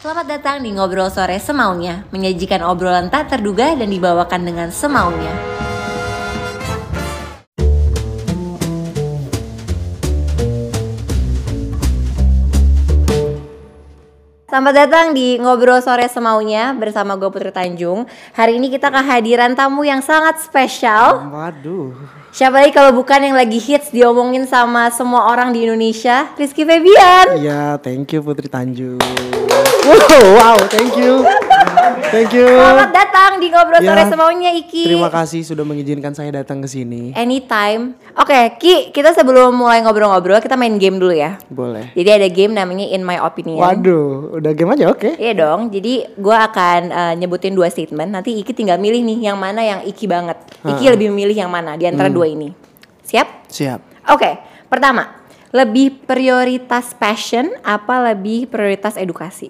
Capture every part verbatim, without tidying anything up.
Selamat datang di Ngobrol Sore Semaunya, menyajikan obrolan tak terduga dan dibawakan dengan semaunya. Selamat datang di Ngobrol Sore Semaunya bersama gue Putri Tanjung. Hari ini kita kehadiran tamu yang sangat spesial. Waduh. Siapa lagi kalau bukan yang lagi hits diomongin sama semua orang di Indonesia, Rizky Febian. Iya, thank you Putri Tanjung. Wow, wow, thank you. Thank you. Selamat datang di Ngobrol Ya, Sore Semaunya, Iki. Terima kasih sudah mengizinkan saya datang ke sini. Anytime. Oke, Ki, kita sebelum mulai ngobrol-ngobrol, kita main game dulu ya. Boleh. Jadi ada game namanya In My Opinion. Waduh, udah game aja, oke. Iya dong. Jadi gue akan uh, nyebutin dua statement. Nanti Iki tinggal milih nih yang mana yang Iki banget. Iki Ha. lebih memilih yang mana di antara Hmm. dua ini. Siap? Siap. Oke. Pertama, lebih prioritas passion apa lebih prioritas edukasi?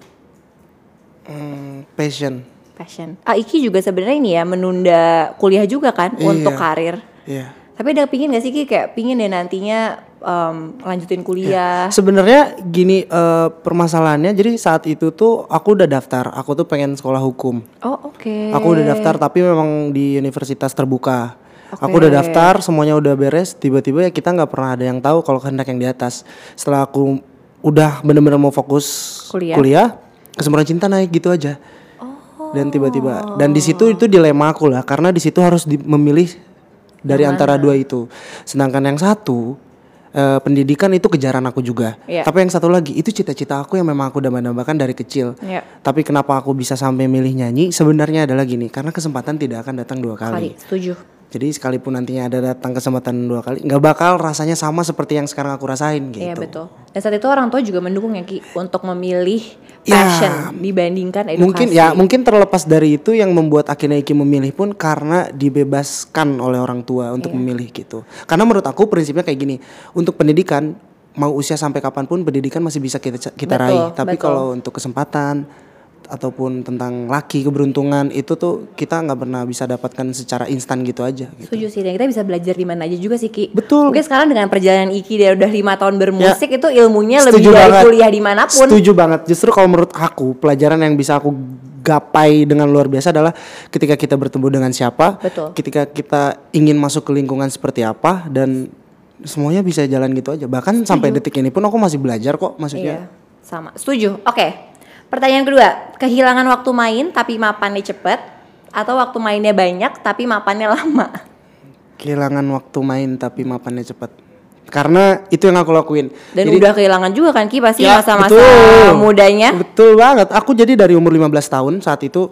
Hmm, passion. Passion. Ah, Iki juga sebenarnya ini ya menunda kuliah juga kan Iya. untuk karir. Iya. Tapi ada pingin gak sih Ki kayak pingin deh nantinya um, lanjutin kuliah. Sebenarnya gini eh, permasalahannya, jadi saat itu tuh aku udah daftar, aku tuh pengen sekolah hukum. Oh oke. Aku udah daftar tapi memang di universitas terbuka. Oke. Aku udah daftar, semuanya udah beres. Tiba-tiba ya kita nggak pernah ada yang tahu kalau kehendak yang di atas. Setelah aku udah bener-bener mau fokus Kuliah. kuliah, kesempurnaan cinta naik gitu aja. Oh. Dan tiba-tiba, dan di situ itu dilema aku lah, karena di situ harus di- memilih dari Yang antara mana? dua itu. Sedangkan yang satu eh, pendidikan itu kejaran aku juga. Iya. Tapi yang satu lagi itu cita-cita aku yang memang aku dambakan dari kecil. Iya. Tapi kenapa aku bisa sampai milih nyanyi? Sebenarnya adalah gini, karena kesempatan tidak akan datang dua Kali, kali. setuju. Jadi sekalipun nantinya ada datang kesempatan dua kali, nggak bakal rasanya sama seperti yang sekarang aku rasain gitu. Iya betul. Dan saat itu orang tua juga mendukung ya Ki untuk memilih Ya, passion dibandingkan edukasi. Mungkin ya, mungkin terlepas dari itu yang membuat akhirnya Iki memilih pun karena dibebaskan oleh orang tua untuk Iya. memilih gitu. Karena menurut aku prinsipnya kayak gini, untuk pendidikan mau usia sampai kapanpun pendidikan masih bisa kita kita Betul, raih. Tapi betul. kalau untuk kesempatan ataupun tentang laki keberuntungan itu tuh kita nggak pernah bisa dapatkan secara instan gitu aja. Gitu. Setuju sih, dan kita bisa belajar di mana aja juga sih Ki. Betul. Mungkin sekarang dengan perjalanan Iki dia udah lima tahun bermusik itu ilmunya Setuju lebih dari banget. kuliah dimanapun. Setuju banget. Justru kalau menurut aku pelajaran yang bisa aku gapai dengan luar biasa adalah ketika kita bertemu dengan siapa, Betul. ketika kita ingin masuk ke lingkungan seperti apa, dan semuanya bisa jalan gitu aja. Bahkan sampai detik ini pun aku masih belajar kok, Iya, maksudnya. sama. Setuju. Oke. Pertanyaan kedua, kehilangan waktu main tapi mapannya cepet atau waktu mainnya banyak tapi mapannya lama? Kehilangan waktu main tapi mapannya cepat. Karena itu yang aku lakuin. Dan Jadi- udah kehilangan juga kan Ki pasti Ya, masa-masa betul. mudanya. Betul banget. Aku jadi dari umur lima belas tahun saat itu.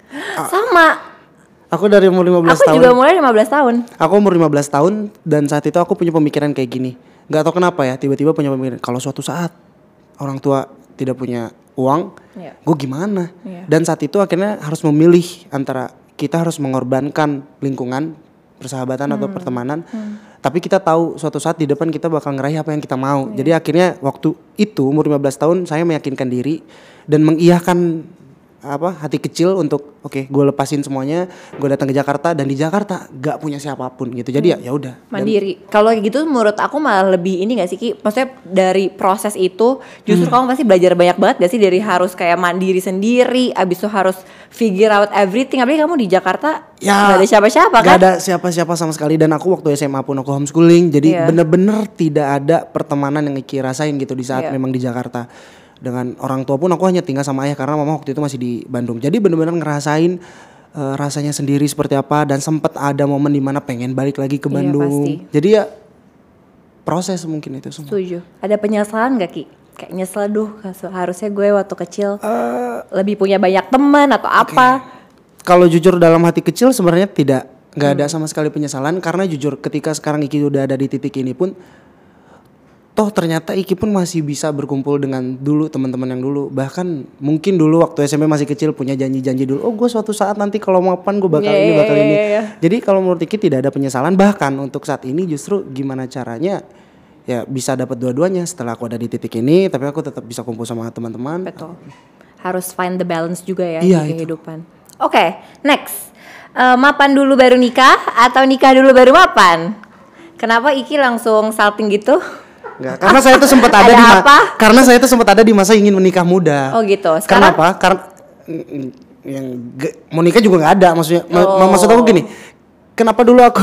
Sama. Aku dari umur lima belas Aku tahun. juga mulai lima belas tahun. Aku umur lima belas tahun dan saat itu aku punya pemikiran kayak gini. Gak tau kenapa ya, tiba-tiba punya pemikiran kalau suatu saat orang tua tidak punya uang, Iya. gue gimana? Iya. Dan saat itu akhirnya harus memilih antara kita harus mengorbankan lingkungan, persahabatan atau pertemanan. Tapi kita tahu suatu saat di depan kita bakal ngeraih apa yang kita mau. Jadi akhirnya waktu itu umur lima belas tahun saya meyakinkan diri dan mengiyahkan apa hati kecil untuk oke gue lepasin semuanya, gue datang ke Jakarta, dan di Jakarta gak punya siapapun gitu. Jadi ya ya udah. Dan- Mandiri. Kalau kayak gitu menurut aku malah lebih ini gak sih Ki? Maksudnya dari proses itu justru Hmm. kamu pasti belajar banyak banget gak sih dari harus kayak mandiri sendiri, abis itu harus figure out everything. Apalagi kamu di Jakarta Ya, gak ada siapa-siapa kan? Gak ada siapa-siapa sama sekali. Dan aku waktu S M A pun aku homeschooling. Jadi Iya. bener-bener tidak ada pertemanan yang Iki rasain gitu di saat Iya. memang di Jakarta. Dengan orang tua pun aku hanya tinggal sama ayah karena mama waktu itu masih di Bandung. Jadi bener-bener ngerasain eh, rasanya sendiri seperti apa. Dan sempet ada momen dimana pengen balik lagi ke Iya, Bandung. pasti. Jadi ya proses mungkin itu semua. Setuju. Ada penyesalan gak Ki? Kayak nyesel duh harusnya gue waktu kecil Eh, lebih punya banyak teman atau apa. Kalau jujur dalam hati kecil sebenarnya tidak, nggak Hmm. ada sama sekali penyesalan, karena jujur ketika sekarang Iki udah ada di titik ini pun, toh ternyata Iki pun masih bisa berkumpul dengan dulu teman-teman yang dulu. Bahkan mungkin dulu waktu S M P masih kecil punya janji-janji dulu, oh gue suatu saat nanti kalau mapan gue bakal Iya, ini iya, bakal iya, ini. iya. Jadi kalau menurut Iki tidak ada penyesalan, bahkan untuk saat ini justru gimana caranya ya bisa dapat dua-duanya. Setelah aku ada di titik ini, tapi aku tetap bisa kumpul sama teman-teman. Betul. Harus find the balance juga ya Iya, di itu. kehidupan. Oke, next. Eh, mapan dulu baru nikah atau nikah dulu baru mapan? Kenapa Iki langsung salting gitu? Enggak, karena saya tuh sempat ada, Ada di ma- apa? karena saya tuh sempat ada di masa ingin menikah muda. Oh gitu. Sekarang Kenapa? Karena mm, yang ge- mau nikah juga nggak ada, maksudnya. Ma- Oh. maksud aku gini, kenapa dulu aku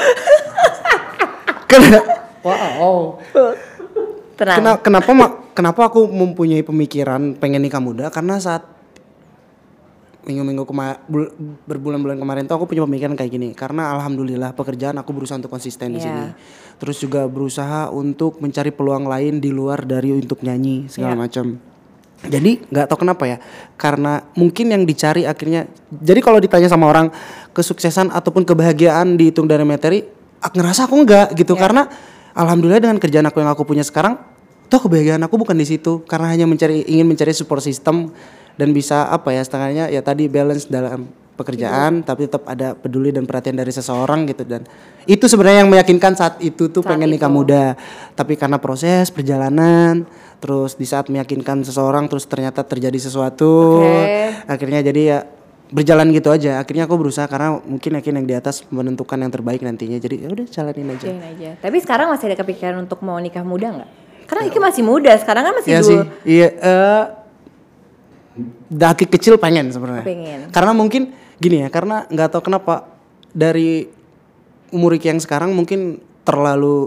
Ken- wow. tenang. Kena- kenapa ma- kenapa aku mempunyai pemikiran pengen nikah muda? Karena saat minggu-minggu kemarin, berbulan-bulan kemarin tuh aku punya pemikiran kayak gini. Karena alhamdulillah pekerjaan aku berusaha untuk konsisten di Iya. sini. Terus juga berusaha untuk mencari peluang lain di luar dari untuk nyanyi segala Iya. macam. Jadi nggak tahu kenapa ya. Karena mungkin yang dicari akhirnya. Jadi kalau ditanya sama orang kesuksesan ataupun kebahagiaan dihitung dari materi, aku ngerasa aku enggak gitu. Iya. Karena alhamdulillah dengan kerjaan aku yang aku punya sekarang, toh kebahagiaan aku bukan di situ. Karena hanya mencari ingin mencari support system dan bisa apa ya setengahnya ya tadi balance dalam pekerjaan, tapi tetap ada peduli dan perhatian dari seseorang gitu. Dan itu sebenarnya yang meyakinkan saat itu tuh Saat pengen nikah itu. muda. Tapi karena proses perjalanan, terus di saat meyakinkan seseorang terus ternyata terjadi sesuatu, Oke. akhirnya jadi ya berjalan gitu aja. Akhirnya aku berusaha karena mungkin yakin yang di atas menentukan yang terbaik nantinya. Jadi ya udah jalanin aja. Jalanin aja. Tapi sekarang masih ada kepikiran untuk mau nikah muda nggak? Karena Iki masih muda, sekarang kan masih Iya dulu. sih. Iya. eh Dari kecil pengen sebenarnya. Pengen. Karena mungkin gini ya, karena nggak tahu kenapa dari umur Iki yang sekarang mungkin terlalu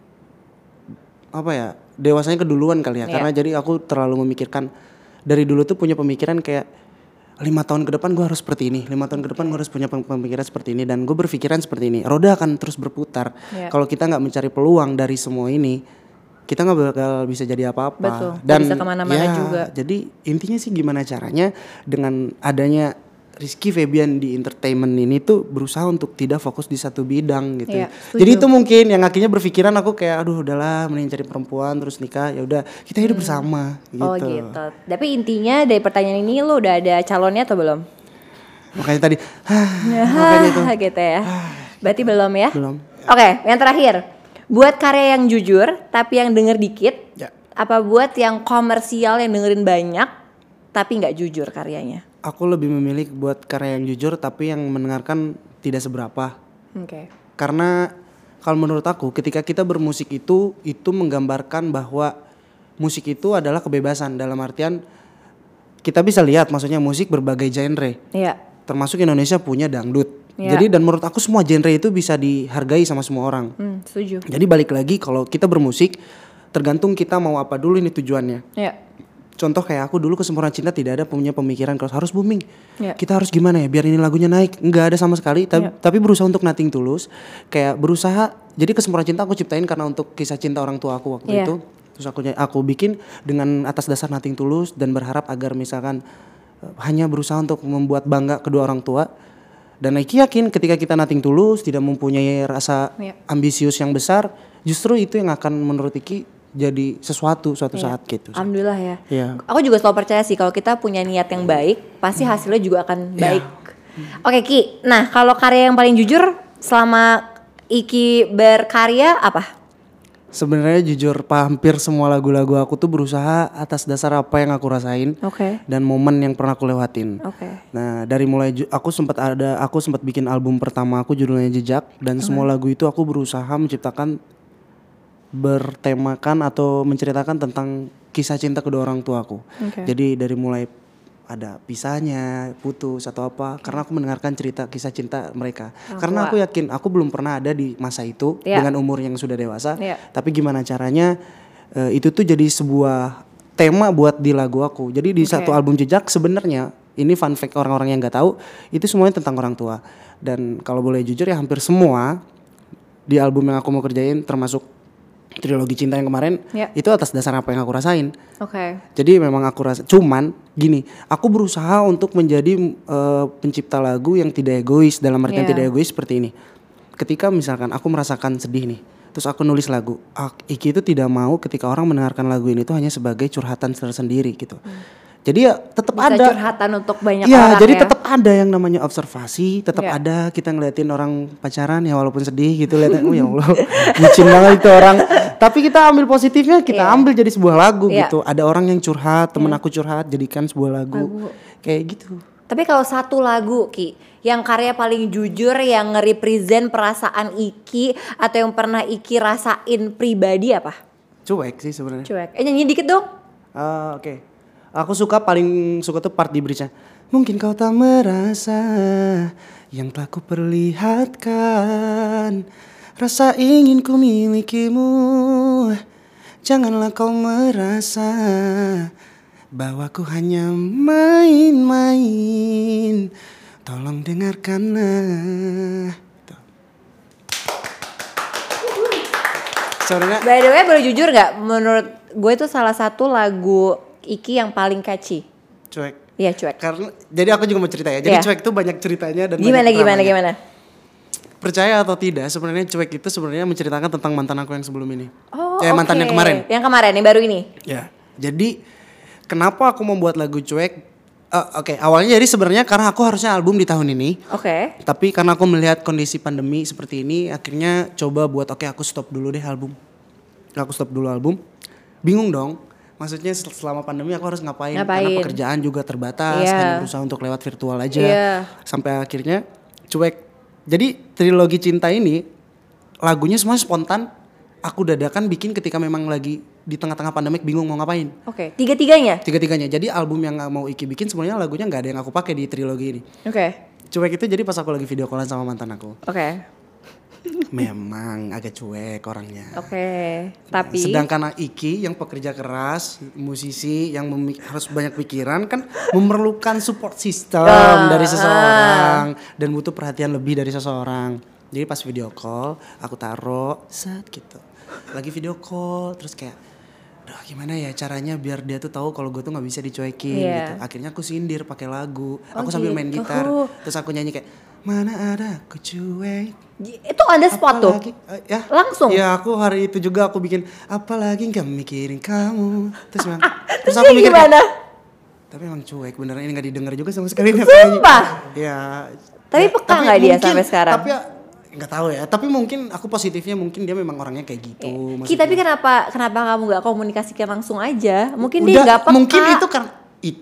apa ya dewasanya keduluan kali ya. Iya. Karena jadi aku terlalu memikirkan dari dulu tuh punya pemikiran kayak lima tahun ke depan gue harus seperti ini, lima tahun ke depan gue harus punya pem- pemikiran seperti ini dan gue berpikiran seperti ini. Roda akan terus berputar. Iya. Kalau kita nggak mencari peluang dari semua ini, kita nggak bakal bisa jadi apa-apa. Betul, nggak bisa kemana-mana ya, juga. Jadi intinya sih gimana caranya dengan adanya Rizky Febian di entertainment ini tuh berusaha untuk tidak fokus di satu bidang gitu. Iya, setuju. Jadi itu mungkin yang akhirnya berpikiran aku kayak aduh udahlah mending cari perempuan terus nikah ya udah kita hidup bersama gitu. Oh gitu. Tapi intinya dari pertanyaan ini lo udah ada calonnya atau belum? Makanya tadi "Hah, makanya itu gitu ya. Berarti belum ya? belum. Oke, yang terakhir. Buat karya yang jujur tapi yang denger dikit. Ya. Apa buat yang komersial yang dengerin banyak tapi nggak jujur karyanya? Aku lebih memilih buat karya yang jujur tapi yang mendengarkan tidak seberapa. Oke. Karena kalau menurut aku ketika kita bermusik itu itu menggambarkan bahwa musik itu adalah kebebasan dalam artian kita bisa lihat maksudnya musik berbagai genre. Iya. Termasuk Indonesia punya dangdut. Iya. Jadi dan menurut aku semua genre itu bisa dihargai sama semua orang. Hmm, setuju. Jadi balik lagi kalau kita bermusik tergantung kita mau apa dulu ini tujuannya. Iya. Contoh kayak aku dulu Kesempurnaan Cinta tidak ada punya pemikiran kalau harus booming. Iya. Kita harus gimana ya biar ini lagunya naik. Enggak ada sama sekali. Tapi, Iya. tapi berusaha untuk nothing tulus. Kayak berusaha. Jadi Kesempurnaan Cinta aku ciptain karena untuk kisah cinta orang tua aku waktu Iya. itu. Terus aku aku bikin dengan atas dasar nothing tulus dan berharap agar misalkan eh, hanya berusaha untuk membuat bangga kedua orang tua. Dan Iki yakin ketika kita nothing tulus tidak mempunyai rasa Iya. ambisius yang besar, justru itu yang akan menurut Iki jadi sesuatu suatu Iya. saat gitu. Alhamdulillah ya. Iya. Aku juga selalu percaya sih kalau kita punya niat yang baik, pasti hasilnya juga akan Iya. baik. Oke Ki, nah kalau karya yang paling jujur selama Iki berkarya apa? Sebenarnya jujur hampir semua lagu-lagu aku tuh berusaha atas dasar apa yang aku rasain Oke. dan momen yang pernah aku lewatin. Oke. Nah dari mulai ju- aku sempat ada aku sempat bikin album pertama aku judulnya Jejak dan semua lagu itu aku berusaha menciptakan bertemakan atau menceritakan tentang kisah cinta kedua orang tua aku. Oke. Jadi dari mulai ada pisahnya, putus atau apa, karena aku mendengarkan cerita kisah cinta mereka. Orang Karena tua. aku yakin aku belum pernah ada di masa itu Iya. dengan umur yang sudah dewasa. Iya. Tapi gimana caranya eh, itu tuh jadi sebuah tema buat di lagu aku. Jadi di Oke. satu album Jejak sebenarnya ini fun fact orang-orang yang nggak tahu itu semuanya tentang orang tua. Dan kalau boleh jujur ya hampir semua di album yang aku mau kerjain termasuk trilogi cinta yang kemarin Iya. itu atas dasar apa yang aku rasain. Oke. Jadi memang aku rasa, cuman gini, aku berusaha untuk menjadi eh, pencipta lagu yang tidak egois dalam artian Iya. tidak egois seperti ini. Ketika misalkan aku merasakan sedih nih, terus aku nulis lagu, ak- Iki itu tidak mau ketika orang mendengarkan lagu ini tuh hanya sebagai curhatan tersendiri gitu. Jadi ya tetap Bisa ada. curhatan untuk banyak Iya, orang jadi ya. tetap ada yang namanya observasi, tetap Iya. ada kita ngeliatin orang pacaran ya walaupun sedih gitu lihatnya, oh ya Allah, bucin banget itu orang. Tapi kita ambil positifnya, kita Iya. ambil jadi sebuah lagu Iya. gitu. Ada orang yang curhat, temen aku curhat, jadikan sebuah lagu. Lagu. Kayak gitu. Tapi kalau satu lagu Ki, yang karya paling jujur yang nge-represent perasaan Iki atau yang pernah Iki rasain pribadi apa? Cuek sih sebenarnya. Cuek. Eh nyanyi dikit dong. Ah, oke. Okay. Aku suka paling suka tuh part di bridge-nya. Mungkin kau tak merasa yang telah ku perlihatkan, rasa ingin ku milikimu. Janganlah kau merasa bahwa ku hanya main-main. Tolong dengarkanlah. Gitu. Sebenarnya. By the way, boleh jujur nggak? Menurut gue itu salah satu lagu Iki yang paling catchy. Cuek. Iya cuek. Karena jadi aku juga mau cerita ya. Jadi yeah. Cuek itu banyak ceritanya dan gimana banyak gimana dramanya. gimana? Percaya atau tidak, sebenarnya Cuek itu sebenarnya menceritakan tentang mantan aku yang sebelum ini. Oh, eh okay. mantan yang kemarin. Yang kemarin, yang baru ini. Ya. Jadi kenapa aku membuat lagu Cuek? Uh, Oke, okay. Awalnya jadi sebenarnya karena aku harusnya album di tahun ini. Oke. Okay. Tapi karena aku melihat kondisi pandemi seperti ini, akhirnya coba buat oke okay, aku stop dulu deh album. Aku stop dulu album. Bingung dong. Maksudnya selama pandemi aku harus ngapain? ngapain? Karena pekerjaan juga terbatas, yeah. hanya berusaha untuk lewat virtual aja. Yeah. Sampai akhirnya Cuek. Jadi trilogi cinta ini lagunya semua spontan. Aku dadakan bikin ketika memang lagi di tengah-tengah pandemik bingung mau ngapain. Oke, okay. tiga-tiganya? Tiga-tiganya. Jadi album yang mau Iki bikin sebenarnya lagunya nggak ada yang aku pakai di trilogi ini. Oke. Okay. Cuek itu jadi pas aku lagi video callan sama mantan aku. Oke. Okay. Memang agak cuek orangnya. Oke. Okay. Tapi. Sedangkan Iki yang pekerja keras, musisi yang memik- harus banyak pikiran kan memerlukan support system uh, dari seseorang uh. dan butuh perhatian lebih dari seseorang. Jadi pas video call aku taruh set gitu. Lagi video call terus kayak aduh gimana ya caranya biar dia tuh tahu kalau gue tuh nggak bisa dicuekin yeah. gitu. Akhirnya aku sindir pakai lagu. Aku oh, sambil gitu. main gitar. Terus aku nyanyi kayak mana ada aku cuek. Itu on the spot apalagi, tuh? Uh, ya langsung? Ya aku hari itu juga aku bikin apalagi gak mikirin kamu. Terus memang terus aku mikir gimana? Kayak, tapi emang cuek beneran ini gak didengar juga sama sekali. Sumpah? Ya. Tapi ya, peka gak dia sampai sekarang? Tapi nggak tahu ya. Tapi mungkin aku positifnya mungkin dia memang orangnya kayak gitu. Ki tapi kenapa kenapa kamu gak komunikasikan langsung aja? Mungkin Udah, dia gak peka. Mungkin itu kan it,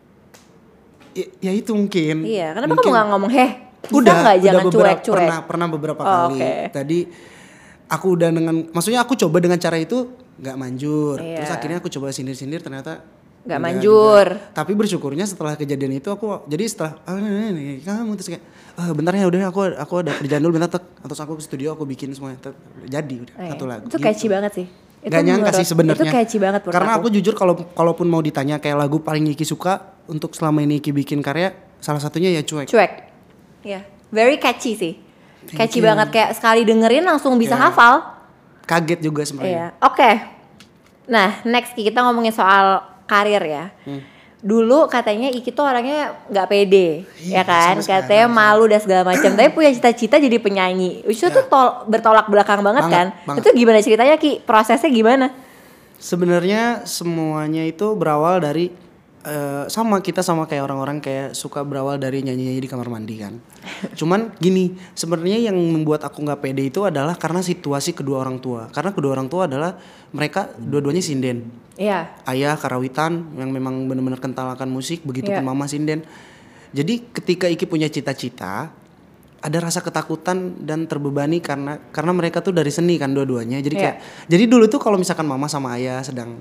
ya, ya itu mungkin. Iya. Kenapa mungkin, kamu gak ngomong heh? Bisa udah, gak jangan udah beberapa, cuek-cuek? Pernah, pernah beberapa oh, kali. Okay. Tadi aku udah dengan, maksudnya aku coba dengan cara itu nggak manjur. Iya. Terus akhirnya aku coba sindir-sindir ternyata nggak manjur. Juga. Tapi bersyukurnya setelah kejadian itu aku, jadi setelah ah, nih, kamu terus kayak, ah, bentar ya udah aku aku ada kerjaan dulu bentar tek. Terus aku ke studio aku bikin semuanya tek. Jadi udah oh, satu iya. lagu. Itu gitu. catchy banget sih. Itu gak nyangka sih sebenarnya. Itu catchy banget. Karena aku. aku jujur kalau kalaupun mau ditanya kayak lagu paling Iki suka untuk selama ini Iki bikin karya, salah satunya ya Cuek. Cuek. Iya. Yeah. Very catchy sih. Thank catchy you. banget kayak sekali dengerin langsung bisa yeah. hafal. Kaget juga sebenarnya. Iya. Oke. Okay. Nah, next kita ngomongin soal karir ya. Hmm. Dulu katanya Iki tuh orangnya nggak pede, Ih, ya kan? Katanya sekarang, malu dan segala macam. Tapi punya cita-cita jadi penyanyi. Itu ya. tuh tol- bertolak belakang banget, banget kan? Banget. Itu gimana ceritanya Ki? Prosesnya gimana? Sebenarnya semuanya itu berawal dari uh, sama kita sama kayak orang-orang kayak suka berawal dari nyanyi-nyanyi di kamar mandi kan. Cuman gini, sebenarnya yang membuat aku nggak pede itu adalah karena situasi kedua orang tua. Karena kedua orang tua adalah mereka dua-duanya sinden. Iya. Ayah karawitan yang memang benar-benar kental akan musik, begitu pun yeah. mama sinden. Jadi ketika Iki punya cita-cita, ada rasa ketakutan dan terbebani karena karena mereka tuh dari seni kan dua-duanya. Jadi kayak yeah. jadi dulu tuh kalau misalkan mama sama ayah sedang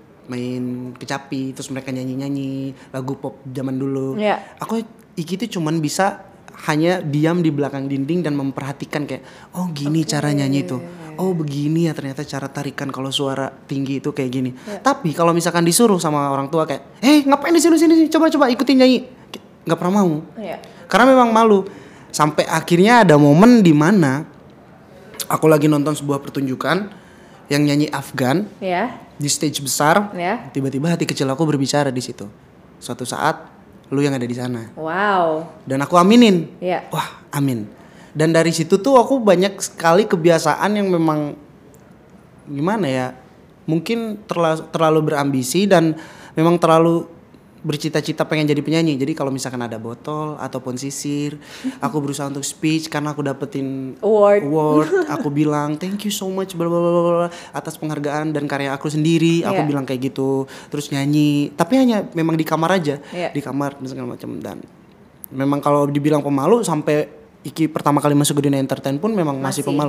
main kecapi terus mereka nyanyi-nyanyi lagu pop zaman dulu. Yeah. Aku Iki tuh cuman bisa hanya diam di belakang dinding dan memperhatikan kayak oh gini okay. cara nyanyi itu. Oh begini ya ternyata cara tarikan kalau suara tinggi itu kayak gini. Ya. Tapi kalau misalkan disuruh sama orang tua kayak, eh ngapain di sini sini coba-coba ikutin nyanyi, nggak pernah mau. Ya. Karena memang malu. Sampai akhirnya ada momen di mana aku lagi nonton sebuah pertunjukan yang nyanyi Afgan ya. Di stage besar. Ya. Tiba-tiba hati kecil aku berbicara di situ. Suatu saat lu yang ada di sana. Wow. Dan aku aminin. Ya. Wah amin. Dan dari situ tuh aku banyak sekali kebiasaan yang memang gimana ya, mungkin terlalu, terlalu berambisi dan memang terlalu bercita-cita pengen jadi penyanyi. Jadi kalau misalkan ada botol ataupun sisir, aku berusaha untuk speech karena aku dapetin award. award aku bilang thank you so much bla bla bla atas penghargaan dan karya aku sendiri. Yeah. Aku bilang kayak gitu, terus nyanyi. Tapi hanya memang di kamar aja, yeah. di kamar dan segala macam. Dan memang kalau dibilang pemalu sampai Iki pertama kali masuk ke dunia entertain pun memang masih, masih pemalu.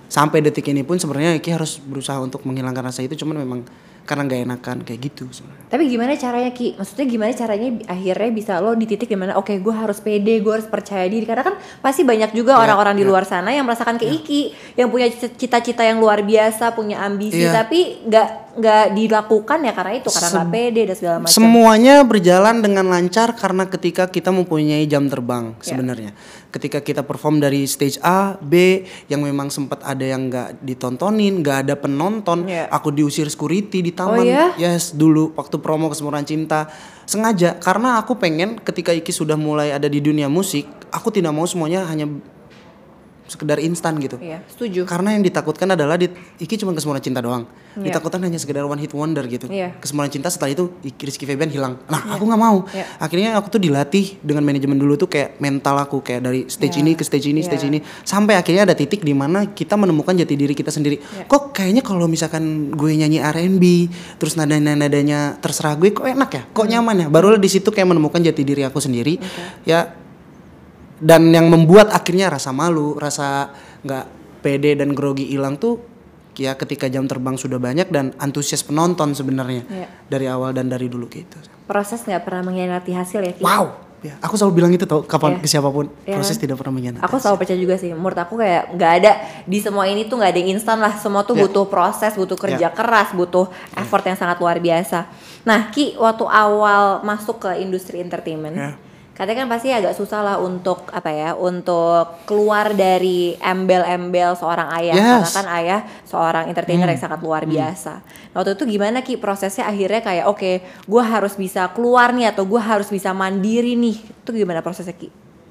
sampai detik ini pun sebenarnya Iki harus berusaha untuk menghilangkan rasa itu, cuman memang karena nggak enakan kayak gitu sebenarnya. Tapi gimana caranya Ki? Maksudnya gimana caranya akhirnya bisa lo di titik dimana oke okay, gue harus pede, gue harus percaya diri. Karena kan pasti banyak juga yeah, orang-orang yeah. di luar sana yang merasakan kayak yeah. Iki, yang punya cita-cita yang luar biasa, punya ambisi, yeah. tapi nggak nggak dilakukan ya karena itu, karena nggak Se- pede dan segala macam. Semuanya berjalan dengan lancar karena ketika kita mempunyai jam terbang sebenarnya. Yeah. Ketika kita perform dari stage A, B, yang memang sempat ada yang nggak ditontonin, nggak ada penonton, yeah. aku diusir security di taman. Oh, yeah? Yes, dulu waktu promo Kesempurnaan Cinta. Sengaja karena aku pengen ketika Iki sudah mulai ada di dunia musik, aku tidak mau semuanya hanya sekedar instan gitu. Iya, setuju. Karena yang ditakutkan adalah di, Iki cuma Kesempurnaan Cinta doang. Iya. Ditakutkan hanya sekedar one hit wonder gitu. Iya. Kesempurnaan Cinta setelah itu Rizky Febian hilang. Nah, iya. aku nggak mau. Iya. Akhirnya aku tuh dilatih dengan manajemen dulu tuh kayak mental aku kayak dari stage iya. ini ke stage ini, iya. stage ini sampai akhirnya ada titik di mana kita menemukan jati diri kita sendiri. Iya. Kok kayaknya kalau misalkan gue nyanyi R and B terus nada-nadanya terserah gue kok enak ya? Kok hmm. nyaman ya? Barulah di situ kayak menemukan jati diri aku sendiri. Okay. Ya. Dan yang membuat akhirnya rasa malu, rasa nggak pede dan grogi hilang tuh ya ketika jam terbang sudah banyak dan antusias penonton sebenarnya yeah. dari awal dan dari dulu gitu. Proses nggak pernah mengkhianati hasil ya Ki? Wow, ya, aku selalu bilang itu tau kapan yeah. ke siapapun yeah. proses tidak pernah mengkhianati. Aku selalu percaya juga sih, menurut aku kayak nggak ada di semua ini tuh nggak ada yang instan lah, semua tuh yeah. butuh proses, butuh kerja yeah. keras, butuh effort yeah. yang sangat luar biasa. Nah Ki, waktu awal masuk ke industri entertainment. Yeah. Katanya kan pasti agak susah lah untuk apa ya, untuk keluar dari embel-embel seorang ayah, yes. karena kan ayah seorang entertainer hmm. yang sangat luar biasa. Nah, waktu itu gimana Ki prosesnya akhirnya kayak oke, okay, gue harus bisa keluar nih atau gue harus bisa mandiri nih, itu gimana prosesnya Ki?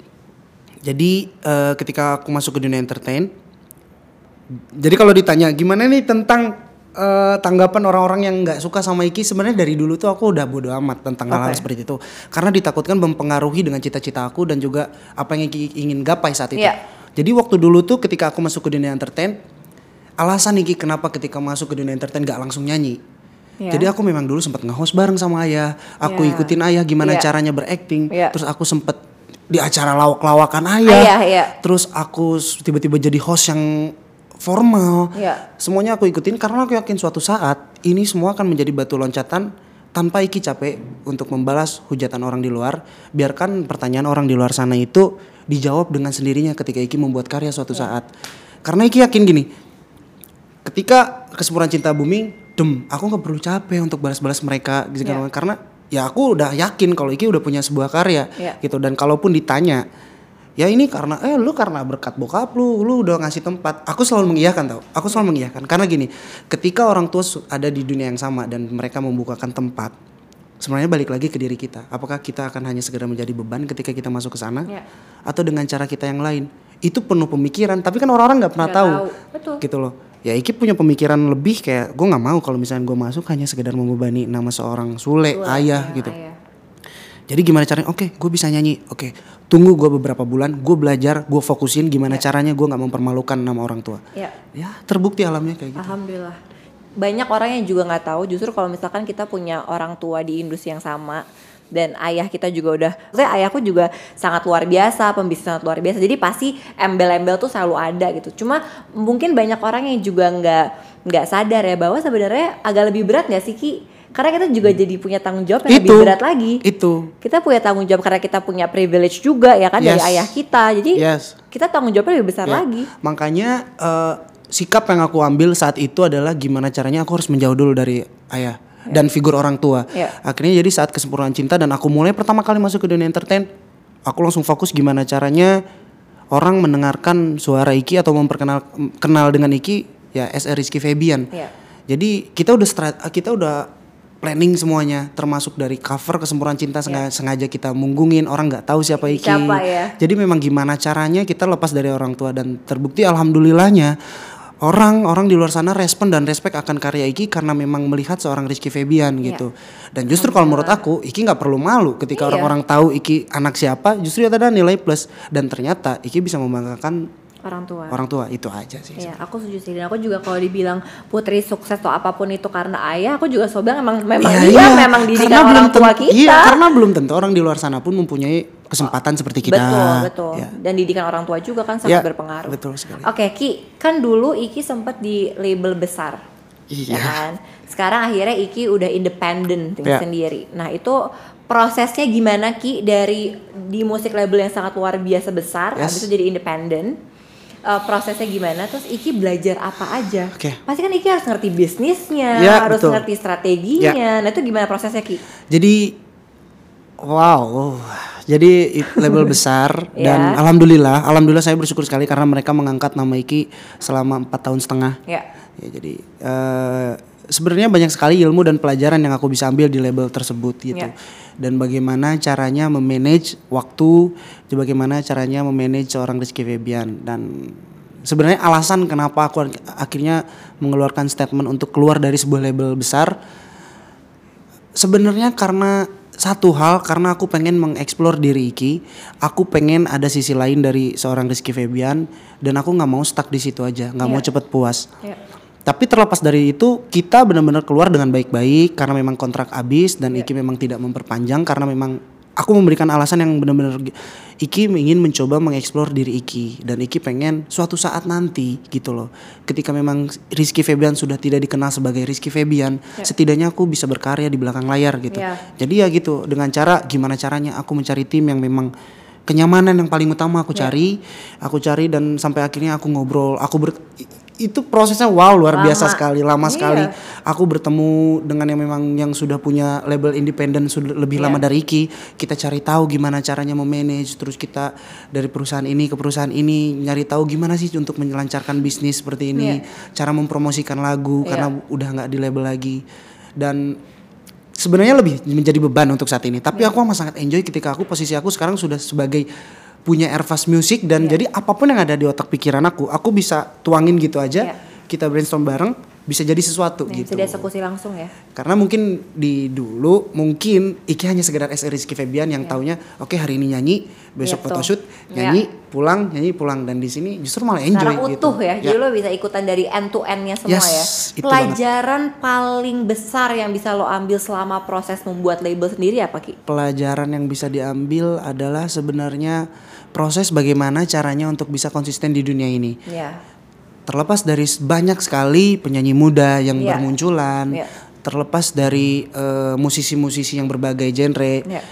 Jadi uh, ketika aku masuk ke dunia entertain, jadi kalau ditanya gimana nih tentang Uh, tanggapan orang-orang yang nggak suka sama Iki, sebenarnya dari dulu tuh aku udah bodo amat tentang okay. hal-hal seperti itu karena ditakutkan mempengaruhi dengan cita-cita aku dan juga apa yang Iki ingin gapai saat itu. Yeah. Jadi waktu dulu tuh ketika aku masuk ke dunia entertain, alasan Iki kenapa ketika masuk ke dunia entertain nggak langsung nyanyi. Yeah. Jadi aku memang dulu sempat nge-host bareng sama ayah, aku yeah. ikutin ayah gimana yeah. caranya berakting, yeah. terus aku sempet di acara lawak-lawakan ayah, ayah yeah. terus aku tiba-tiba jadi host yang formal, ya. Semuanya aku ikutin karena aku yakin suatu saat ini semua akan menjadi batu loncatan tanpa Iki capek untuk membalas hujatan orang di luar. Biarkan pertanyaan orang di luar sana itu dijawab dengan sendirinya ketika Iki membuat karya suatu ya. saat. Karena Iki yakin gini, ketika Kesempurnaan Cinta booming, dem, aku nggak perlu capek untuk balas-balas mereka, gitu ya. Karena ya aku udah yakin kalau Iki udah punya sebuah karya, ya. gitu. Dan kalaupun ditanya, ya ini karena eh lu karena berkat bokap lu, lu udah ngasih tempat. Aku selalu mengiyakan tau. Aku selalu mengiyakan karena gini, ketika orang tua ada di dunia yang sama dan mereka membukakan tempat, sebenarnya balik lagi ke diri kita. Apakah kita akan hanya sekedar menjadi beban ketika kita masuk ke sana, ya. atau dengan cara kita yang lain? Itu penuh pemikiran. Tapi kan orang-orang nggak pernah gak tahu, tahu. Betul. Gitu loh. Ya Iki punya pemikiran lebih kayak gue nggak mau kalau misalnya gue masuk hanya sekedar membebani nama seorang Sule, Sule ayah ya, gitu. Ayah. Jadi gimana caranya? Oke, okay, gue bisa nyanyi. Oke, okay, tunggu gue beberapa bulan, gue belajar, gue fokusin gimana ya. caranya gue nggak mempermalukan nama orang tua. Ya. Ya, terbukti alamnya kayak gitu. Alhamdulillah. Banyak orang yang juga nggak tahu. Justru kalau misalkan kita punya orang tua di industri yang sama dan ayah kita juga udah, saya ayahku juga sangat luar biasa, pembisnis sangat luar biasa. Jadi pasti embel-embel tuh selalu ada gitu. Cuma mungkin banyak orang yang juga nggak nggak sadar ya bahwa sebenarnya agak lebih berat nggak sih Ki? Karena kita juga hmm. jadi punya tanggung jawab yang itu, lebih berat lagi. Itu. Kita punya tanggung jawab karena kita punya privilege juga ya kan yes. dari ayah kita. Jadi yes. kita tanggung jawabnya lebih besar yeah. lagi. Makanya uh, sikap yang aku ambil saat itu adalah gimana caranya aku harus menjauh dulu dari ayah yeah. dan figur orang tua. Yeah. Akhirnya jadi saat Kesempurnaan Cinta dan aku mulai pertama kali masuk ke dunia entertain, aku langsung fokus gimana caranya orang mendengarkan suara Iki atau memperkenal kenal dengan Iki ya as a Rizky Febian. Yeah. Jadi kita udah strat, kita udah planning semuanya, termasuk dari cover Kesempurnaan Cinta sengaja, yeah. sengaja kita munggungin orang nggak tahu siapa Iki. Siapa ya? Jadi memang gimana caranya kita lepas dari orang tua dan terbukti alhamdulillahnya orang-orang di luar sana respon dan respect akan karya Iki karena memang melihat seorang Rizky Febian gitu. Yeah. Dan justru kalau menurut aku Iki nggak perlu malu ketika yeah. orang-orang tahu Iki anak siapa, justru itu ada nilai plus dan ternyata Iki bisa membanggakan orang tua. Orang tua itu aja sih. Iya, aku setuju sih. Dan aku juga kalau dibilang putri sukses atau apapun itu karena ayah, aku juga selalu bilang memang memang ya, dia iya. memang didikan karena orang tua tentu, kita. Iya, karena belum tentu orang di luar sana pun mempunyai kesempatan oh, seperti kita. Betul, betul. Ya. Dan didikan orang tua juga kan sangat ya, berpengaruh. Betul sekali. Oke, Ki, kan dulu Iki sempat di label besar. Iya. Ya kan? Sekarang akhirnya Iki udah independen ya. sendiri. Nah, itu prosesnya gimana Ki dari di musik label yang sangat luar biasa besar, yes. habis itu jadi independen? Uh, prosesnya gimana, terus Iki belajar apa aja? Okay. Pasti kan Iki harus ngerti bisnisnya, ya, harus betul. ngerti strateginya. Ya. Nah itu gimana prosesnya Ki? Jadi, wow, jadi label besar ya. Dan alhamdulillah, alhamdulillah saya bersyukur sekali karena mereka mengangkat nama Iki selama empat tahun setengah. Ya. Ya jadi uh, sebenarnya banyak sekali ilmu dan pelajaran yang aku bisa ambil di label tersebut gitu. Ya. Dan bagaimana caranya memanage waktu, bagaimana caranya memanage seorang Rizky Febian. Dan sebenarnya alasan kenapa aku akhirnya mengeluarkan statement untuk keluar dari sebuah label besar, sebenarnya karena satu hal, karena aku pengen mengeksplor diri Iki, aku pengen ada sisi lain dari seorang Rizky Febian, dan aku nggak mau stuck di situ aja, nggak yeah. mau cepet puas. Yeah. Tapi terlepas dari itu, kita benar-benar keluar dengan baik-baik karena memang kontrak habis dan yeah. Iki memang tidak memperpanjang karena memang aku memberikan alasan yang benar-benar Iki ingin mencoba mengeksplor diri Iki, dan Iki pengen suatu saat nanti gitu loh, ketika memang Rizky Febian sudah tidak dikenal sebagai Rizky Febian, yeah. setidaknya aku bisa berkarya di belakang layar gitu. Yeah. Jadi ya gitu, dengan cara gimana caranya aku mencari tim yang memang kenyamanan yang paling utama aku cari, yeah. aku cari dan sampai akhirnya aku ngobrol, aku ber itu prosesnya wow luar lama. biasa sekali, lama iya. sekali. Aku bertemu dengan yang memang yang sudah punya label independen sudah lebih yeah. lama dari Iki. Kita cari tahu gimana caranya memanage, terus kita dari perusahaan ini ke perusahaan ini nyari tahu gimana sih untuk melancarkan bisnis seperti ini, yeah. cara mempromosikan lagu yeah. karena udah nggak di label lagi. Dan sebenarnya lebih menjadi beban untuk saat ini. Tapi yeah. aku amat sangat enjoy ketika aku posisi aku sekarang sudah sebagai punya Airfast Music dan yeah. jadi apapun yang ada di otak pikiran aku, aku bisa tuangin gitu aja, yeah. kita brainstorm bareng, bisa jadi sesuatu yeah, gitu. Bisa dieksekusi langsung ya. Karena mungkin di dulu mungkin Iki hanya sekedar S R Rizky Febian yang yeah. taunya, oke okay, hari ini nyanyi, besok yeah, photoshoot, nyanyi, yeah. pulang, nyanyi, pulang, dan di sini justru malah enjoy. Sekarang gitu. utuh ya, yeah. jadi lo bisa ikutan dari end to end-nya semua yes, ya. Pelajaran banget. Paling besar yang bisa lo ambil selama proses membuat label sendiri apa Ki? Pelajaran yang bisa diambil adalah sebenarnya proses bagaimana caranya untuk bisa konsisten di dunia ini. Yeah. Terlepas dari banyak sekali penyanyi muda yang yeah. bermunculan, yeah. terlepas dari uh, musisi-musisi yang berbagai genre, yeah.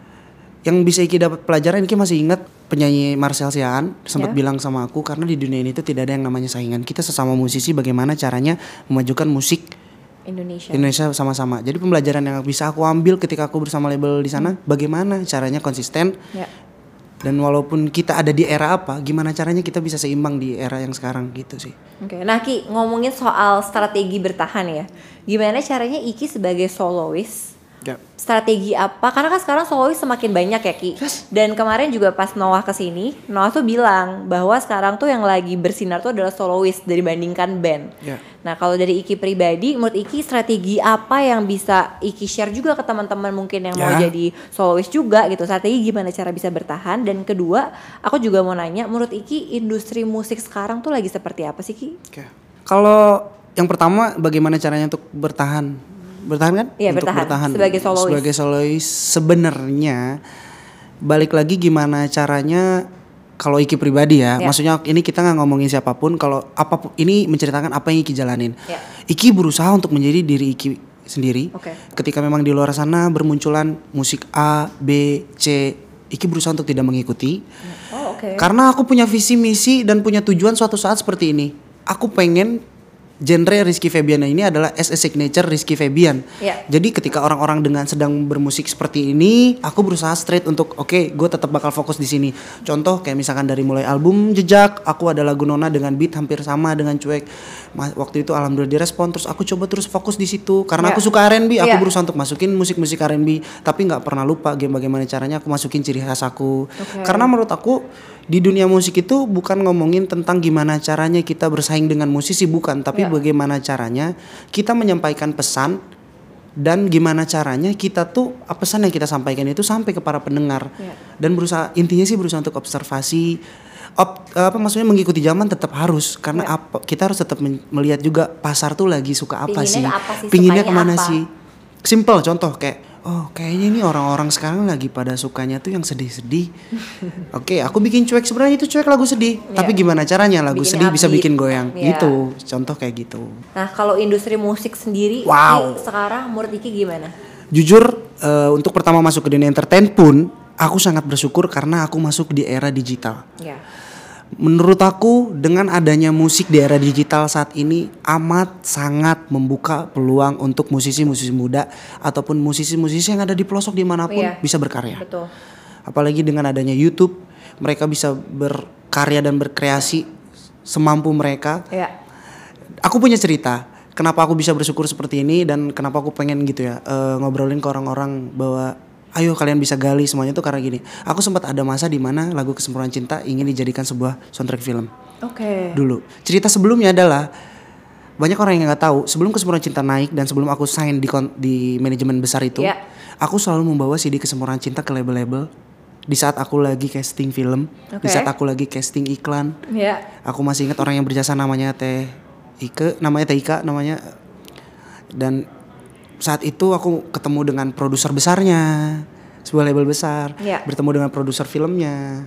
yang bisa Iki dapat pelajaran, Iki masih ingat penyanyi Marcel Siaan sempat yeah. bilang sama aku, karena di dunia ini itu tidak ada yang namanya saingan. Kita sesama musisi bagaimana caranya memajukan musik Indonesia. Indonesia sama-sama. Jadi pembelajaran yang bisa aku ambil ketika aku bersama label di sana, hmm. bagaimana caranya konsisten. Yeah. Dan walaupun kita ada di era apa, gimana caranya kita bisa seimbang di era yang sekarang gitu sih. Oke, okay. Nah Ki, ngomongin soal strategi bertahan ya, gimana caranya Iki sebagai soloist, yeah. strategi apa? Karena kan sekarang soloist semakin banyak ya Ki. Yes. Dan kemarin juga pas Noah kesini, Noah tuh bilang bahwa sekarang tuh yang lagi bersinar tuh adalah soloist dibandingkan band. Yeah. Nah kalau dari Iki pribadi, menurut Iki strategi apa yang bisa Iki share juga ke teman-teman mungkin yang yeah. mau jadi soloist juga gitu. Strategi gimana cara bisa bertahan? Dan kedua, aku juga mau nanya, menurut Iki industri musik sekarang tuh lagi seperti apa sih Ki? Oke. Okay. Kalau yang pertama, bagaimana caranya untuk bertahan? Bertahan kan? Iya, untuk bertahan. bertahan sebagai soloist. Sebagai soloist sebenarnya balik lagi gimana caranya. Kalau Iki pribadi ya, yeah. maksudnya ini kita nggak ngomongin siapapun. Kalau apapun ini menceritakan apa yang Iki jalanin. Yeah. Iki berusaha untuk menjadi diri Iki sendiri. Okay. Ketika memang di luar sana bermunculan musik A, B, C, Iki berusaha untuk tidak mengikuti. Oh, okay. Karena aku punya visi misi dan punya tujuan suatu saat seperti ini. Aku pengen genre Rizky Febian ini adalah as a signature Rizky Febian. Yeah. Jadi ketika orang-orang dengan sedang bermusik seperti ini, aku berusaha straight untuk oke, okay, gue tetap bakal fokus di sini. Contoh kayak misalkan dari mulai album Jejak, aku ada lagu Nona dengan beat hampir sama dengan Cuek. Waktu itu alhamdulillah direspon, terus aku coba terus fokus di situ karena yeah. aku suka R and B, aku yeah. berusaha untuk masukin musik-musik R and B, tapi nggak pernah lupa bagaimana caranya aku masukin ciri khas aku. Okay. Karena menurut aku di dunia musik itu bukan ngomongin tentang gimana caranya kita bersaing dengan musisi, bukan, tapi yeah. bagaimana caranya kita menyampaikan pesan dan gimana caranya kita tuh pesan yang kita sampaikan itu sampai ke para pendengar. Yeah. Dan berusaha, intinya sih berusaha untuk observasi, op, apa maksudnya mengikuti zaman tetap harus, karena yeah. apa, kita harus tetap melihat juga pasar tuh lagi suka apa pinginnya sih, apa sih pinginnya kemana apa? sih. Simple contoh kayak, oh kayaknya ini orang-orang sekarang lagi pada sukanya tuh yang sedih-sedih. Oke, okay, aku bikin cuek, sebenarnya itu cuek lagu sedih. Yeah. Tapi gimana caranya lagu bikin sedih upbeat. Bisa bikin goyang. Yeah. Gitu, contoh kayak gitu. Nah kalau industri musik sendiri, wow. Iki, sekarang menurut Iki gimana? Jujur, uh, untuk pertama masuk ke dunia entertain pun, aku sangat bersyukur karena aku masuk di era digital. Yeah. Menurut aku dengan adanya musik di era digital saat ini amat sangat membuka peluang untuk musisi-musisi muda ataupun musisi-musisi yang ada di pelosok dimanapun iya, bisa berkarya. Betul. Apalagi dengan adanya YouTube, mereka bisa berkarya dan berkreasi semampu mereka. Iya. Aku punya cerita, kenapa aku bisa bersyukur seperti ini dan kenapa aku pengen gitu ya uh, ngobrolin ke orang-orang bahwa ayo kalian bisa gali semuanya tuh karena gini. Aku sempat ada masa di mana lagu Kesempurnaan Cinta ingin dijadikan sebuah soundtrack film. Oke. Okay. Dulu. Cerita sebelumnya adalah banyak orang yang nggak tahu sebelum Kesempurnaan Cinta naik dan sebelum aku sign di di manajemen besar itu, yeah. aku selalu membawa C D Kesempurnaan Cinta ke label-label. Di saat aku lagi casting film, okay. di saat aku lagi casting iklan, yeah. aku masih ingat orang yang berjasa namanya Teh Ike, namanya Teh Ika, namanya dan saat itu aku ketemu dengan produser besarnya, sebuah label besar, yeah. bertemu dengan produser filmnya,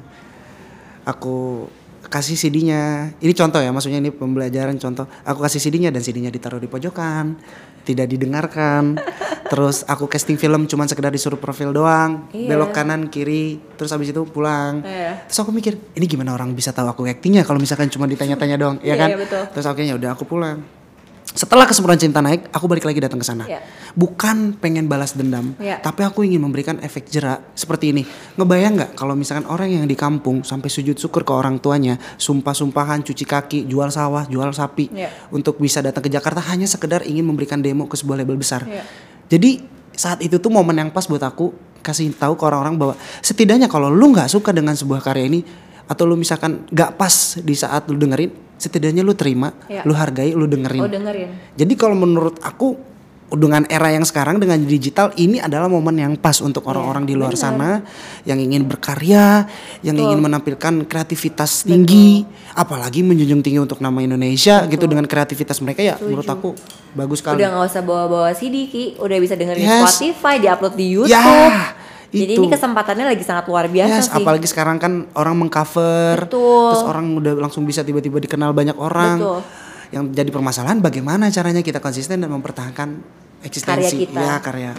aku kasih C D-nya, ini contoh ya, maksudnya ini pembelajaran contoh, aku kasih C D-nya dan C D-nya ditaruh di pojokan, tidak didengarkan, terus aku casting film cuman sekedar disuruh profil doang, yeah. belok kanan kiri, terus habis itu pulang, yeah. terus aku mikir, ini gimana orang bisa tahu aku actingnya kalau misalkan cuma ditanya-tanya doang, ya kan, yeah, betul. Terus akhirnya udah aku pulang. Setelah Kesempurnaan Cinta naik, aku balik lagi datang ke sana. Yeah. Bukan pengen balas dendam, yeah. tapi aku ingin memberikan efek jerak seperti ini. Ngebayang nggak kalau misalkan orang yang di kampung sampai sujud syukur ke orang tuanya, sumpah-sumpahan, cuci kaki, jual sawah, jual sapi, yeah. untuk bisa datang ke Jakarta hanya sekedar ingin memberikan demo ke sebuah label besar. Yeah. Jadi saat itu tuh momen yang pas buat aku kasih tahu ke orang-orang bahwa setidaknya kalau lu nggak suka dengan sebuah karya ini atau lu misalkan nggak pas di saat lu dengerin, setidaknya lu terima, ya. Lu hargai, lu dengerin. Oh, dengerin. Jadi kalau menurut aku dengan era yang sekarang dengan digital ini adalah momen yang pas untuk orang-orang ya, di luar bener. Sana yang ingin berkarya, yang Betul. Ingin menampilkan kreativitas tinggi, Betul. Apalagi menjunjung tinggi untuk nama Indonesia. Betul. Gitu dengan kreativitas mereka ya. Setuju. Menurut aku bagus sekali. Udah nggak usah bawa-bawa C D Ki, udah bisa dengerin yes. Spotify, diupload di YouTube. Ya. Jadi itu. Ini kesempatannya lagi sangat luar biasa yes, sih. Apalagi sekarang kan orang mengcover, Betul. Terus orang udah langsung bisa tiba-tiba dikenal banyak orang. Betul. Yang jadi permasalahan bagaimana caranya kita konsisten dan mempertahankan eksistensi karya kita. Ya, karya.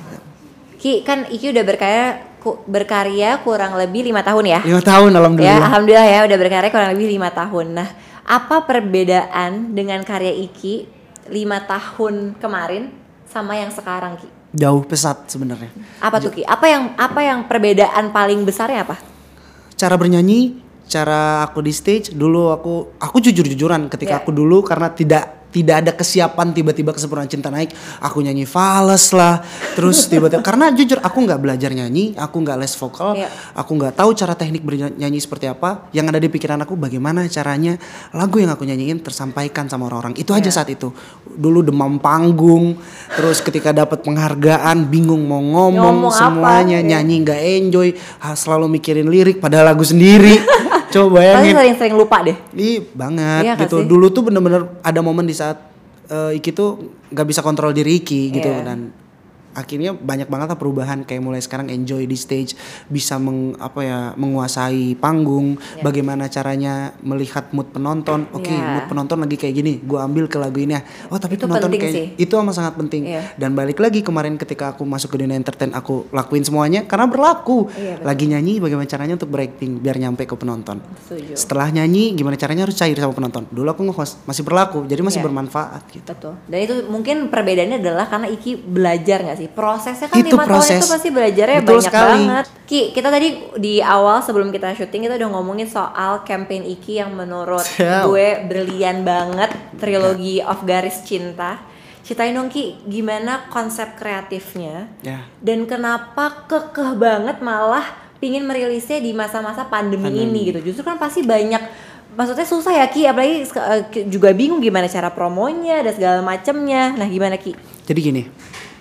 Ki kan Iki udah berkarya berkarya kurang lebih lima tahun ya. Lima tahun alhamdulillah. Ya alhamdulillah ya udah berkarya kurang lebih lima tahun. Nah apa perbedaan dengan karya Iki lima tahun kemarin sama yang sekarang Ki? Jauh pesat sebenarnya. Apa tuh Ki? Apa yang apa yang perbedaan paling besarnya apa? Cara bernyanyi, cara aku di stage. Dulu aku aku jujur-jujuran ketika yeah. aku dulu karena tidak tidak ada kesiapan tiba-tiba Kesempurnaan Cinta naik, aku nyanyi fals lah, terus tiba-tiba karena jujur aku nggak belajar nyanyi, aku nggak les vokal, yeah. aku nggak tahu cara teknik bernyanyi seperti apa. Yang ada di pikiran aku bagaimana caranya lagu yang aku nyanyiin tersampaikan sama orang-orang. Itu yeah. aja saat itu. Dulu demam panggung, terus ketika dapat penghargaan bingung mau ngomong, ngomong semuanya apa, nyanyi nggak yeah. enjoy, selalu mikirin lirik padahal lagu sendiri. Coba bayangin. Pasti sering-sering lupa deh. Iya banget iya, gitu. Kasih. Dulu tuh bener-bener ada momen di saat uh, Iki tuh gak bisa kontrol diri Iki gitu yeah. dan akhirnya banyak banget lah perubahan kayak mulai sekarang enjoy di stage, bisa meng, apa ya menguasai panggung, yeah. bagaimana caranya melihat mood penonton. Oke, okay, yeah. mood penonton lagi kayak gini, gue ambil ke lagu ini. Oh tapi itu penonton kayak sih. Itu amat sangat penting. Yeah. Dan balik lagi kemarin ketika aku masuk ke dunia entertain aku lakuin semuanya karena berlaku. Yeah, lagi nyanyi bagaimana caranya untuk berakting biar nyampe ke penonton. Setuju. Setelah nyanyi gimana caranya harus cair sama penonton. Dulu aku nge-host masih berlaku, jadi masih yeah. bermanfaat gitu. Betul. Dan itu mungkin perbedaannya adalah karena Iki belajar nggak sih? Prosesnya kan lima tahun itu pasti belajarnya Betul banyak sekali. Banget. Ki, kita tadi di awal sebelum kita syuting kita udah ngomongin soal campaign Iki yang menurut yeah. gue brilian banget, trilogi yeah. of Garis Cinta. Ceritain dong Ki, gimana konsep kreatifnya yeah. dan kenapa kekeh banget malah pingin merilisnya di masa-masa pandemi, pandemi ini gitu. Justru kan pasti banyak, maksudnya susah ya Ki, apalagi juga bingung gimana cara promonya dan segala macemnya. Nah gimana Ki? Jadi gini.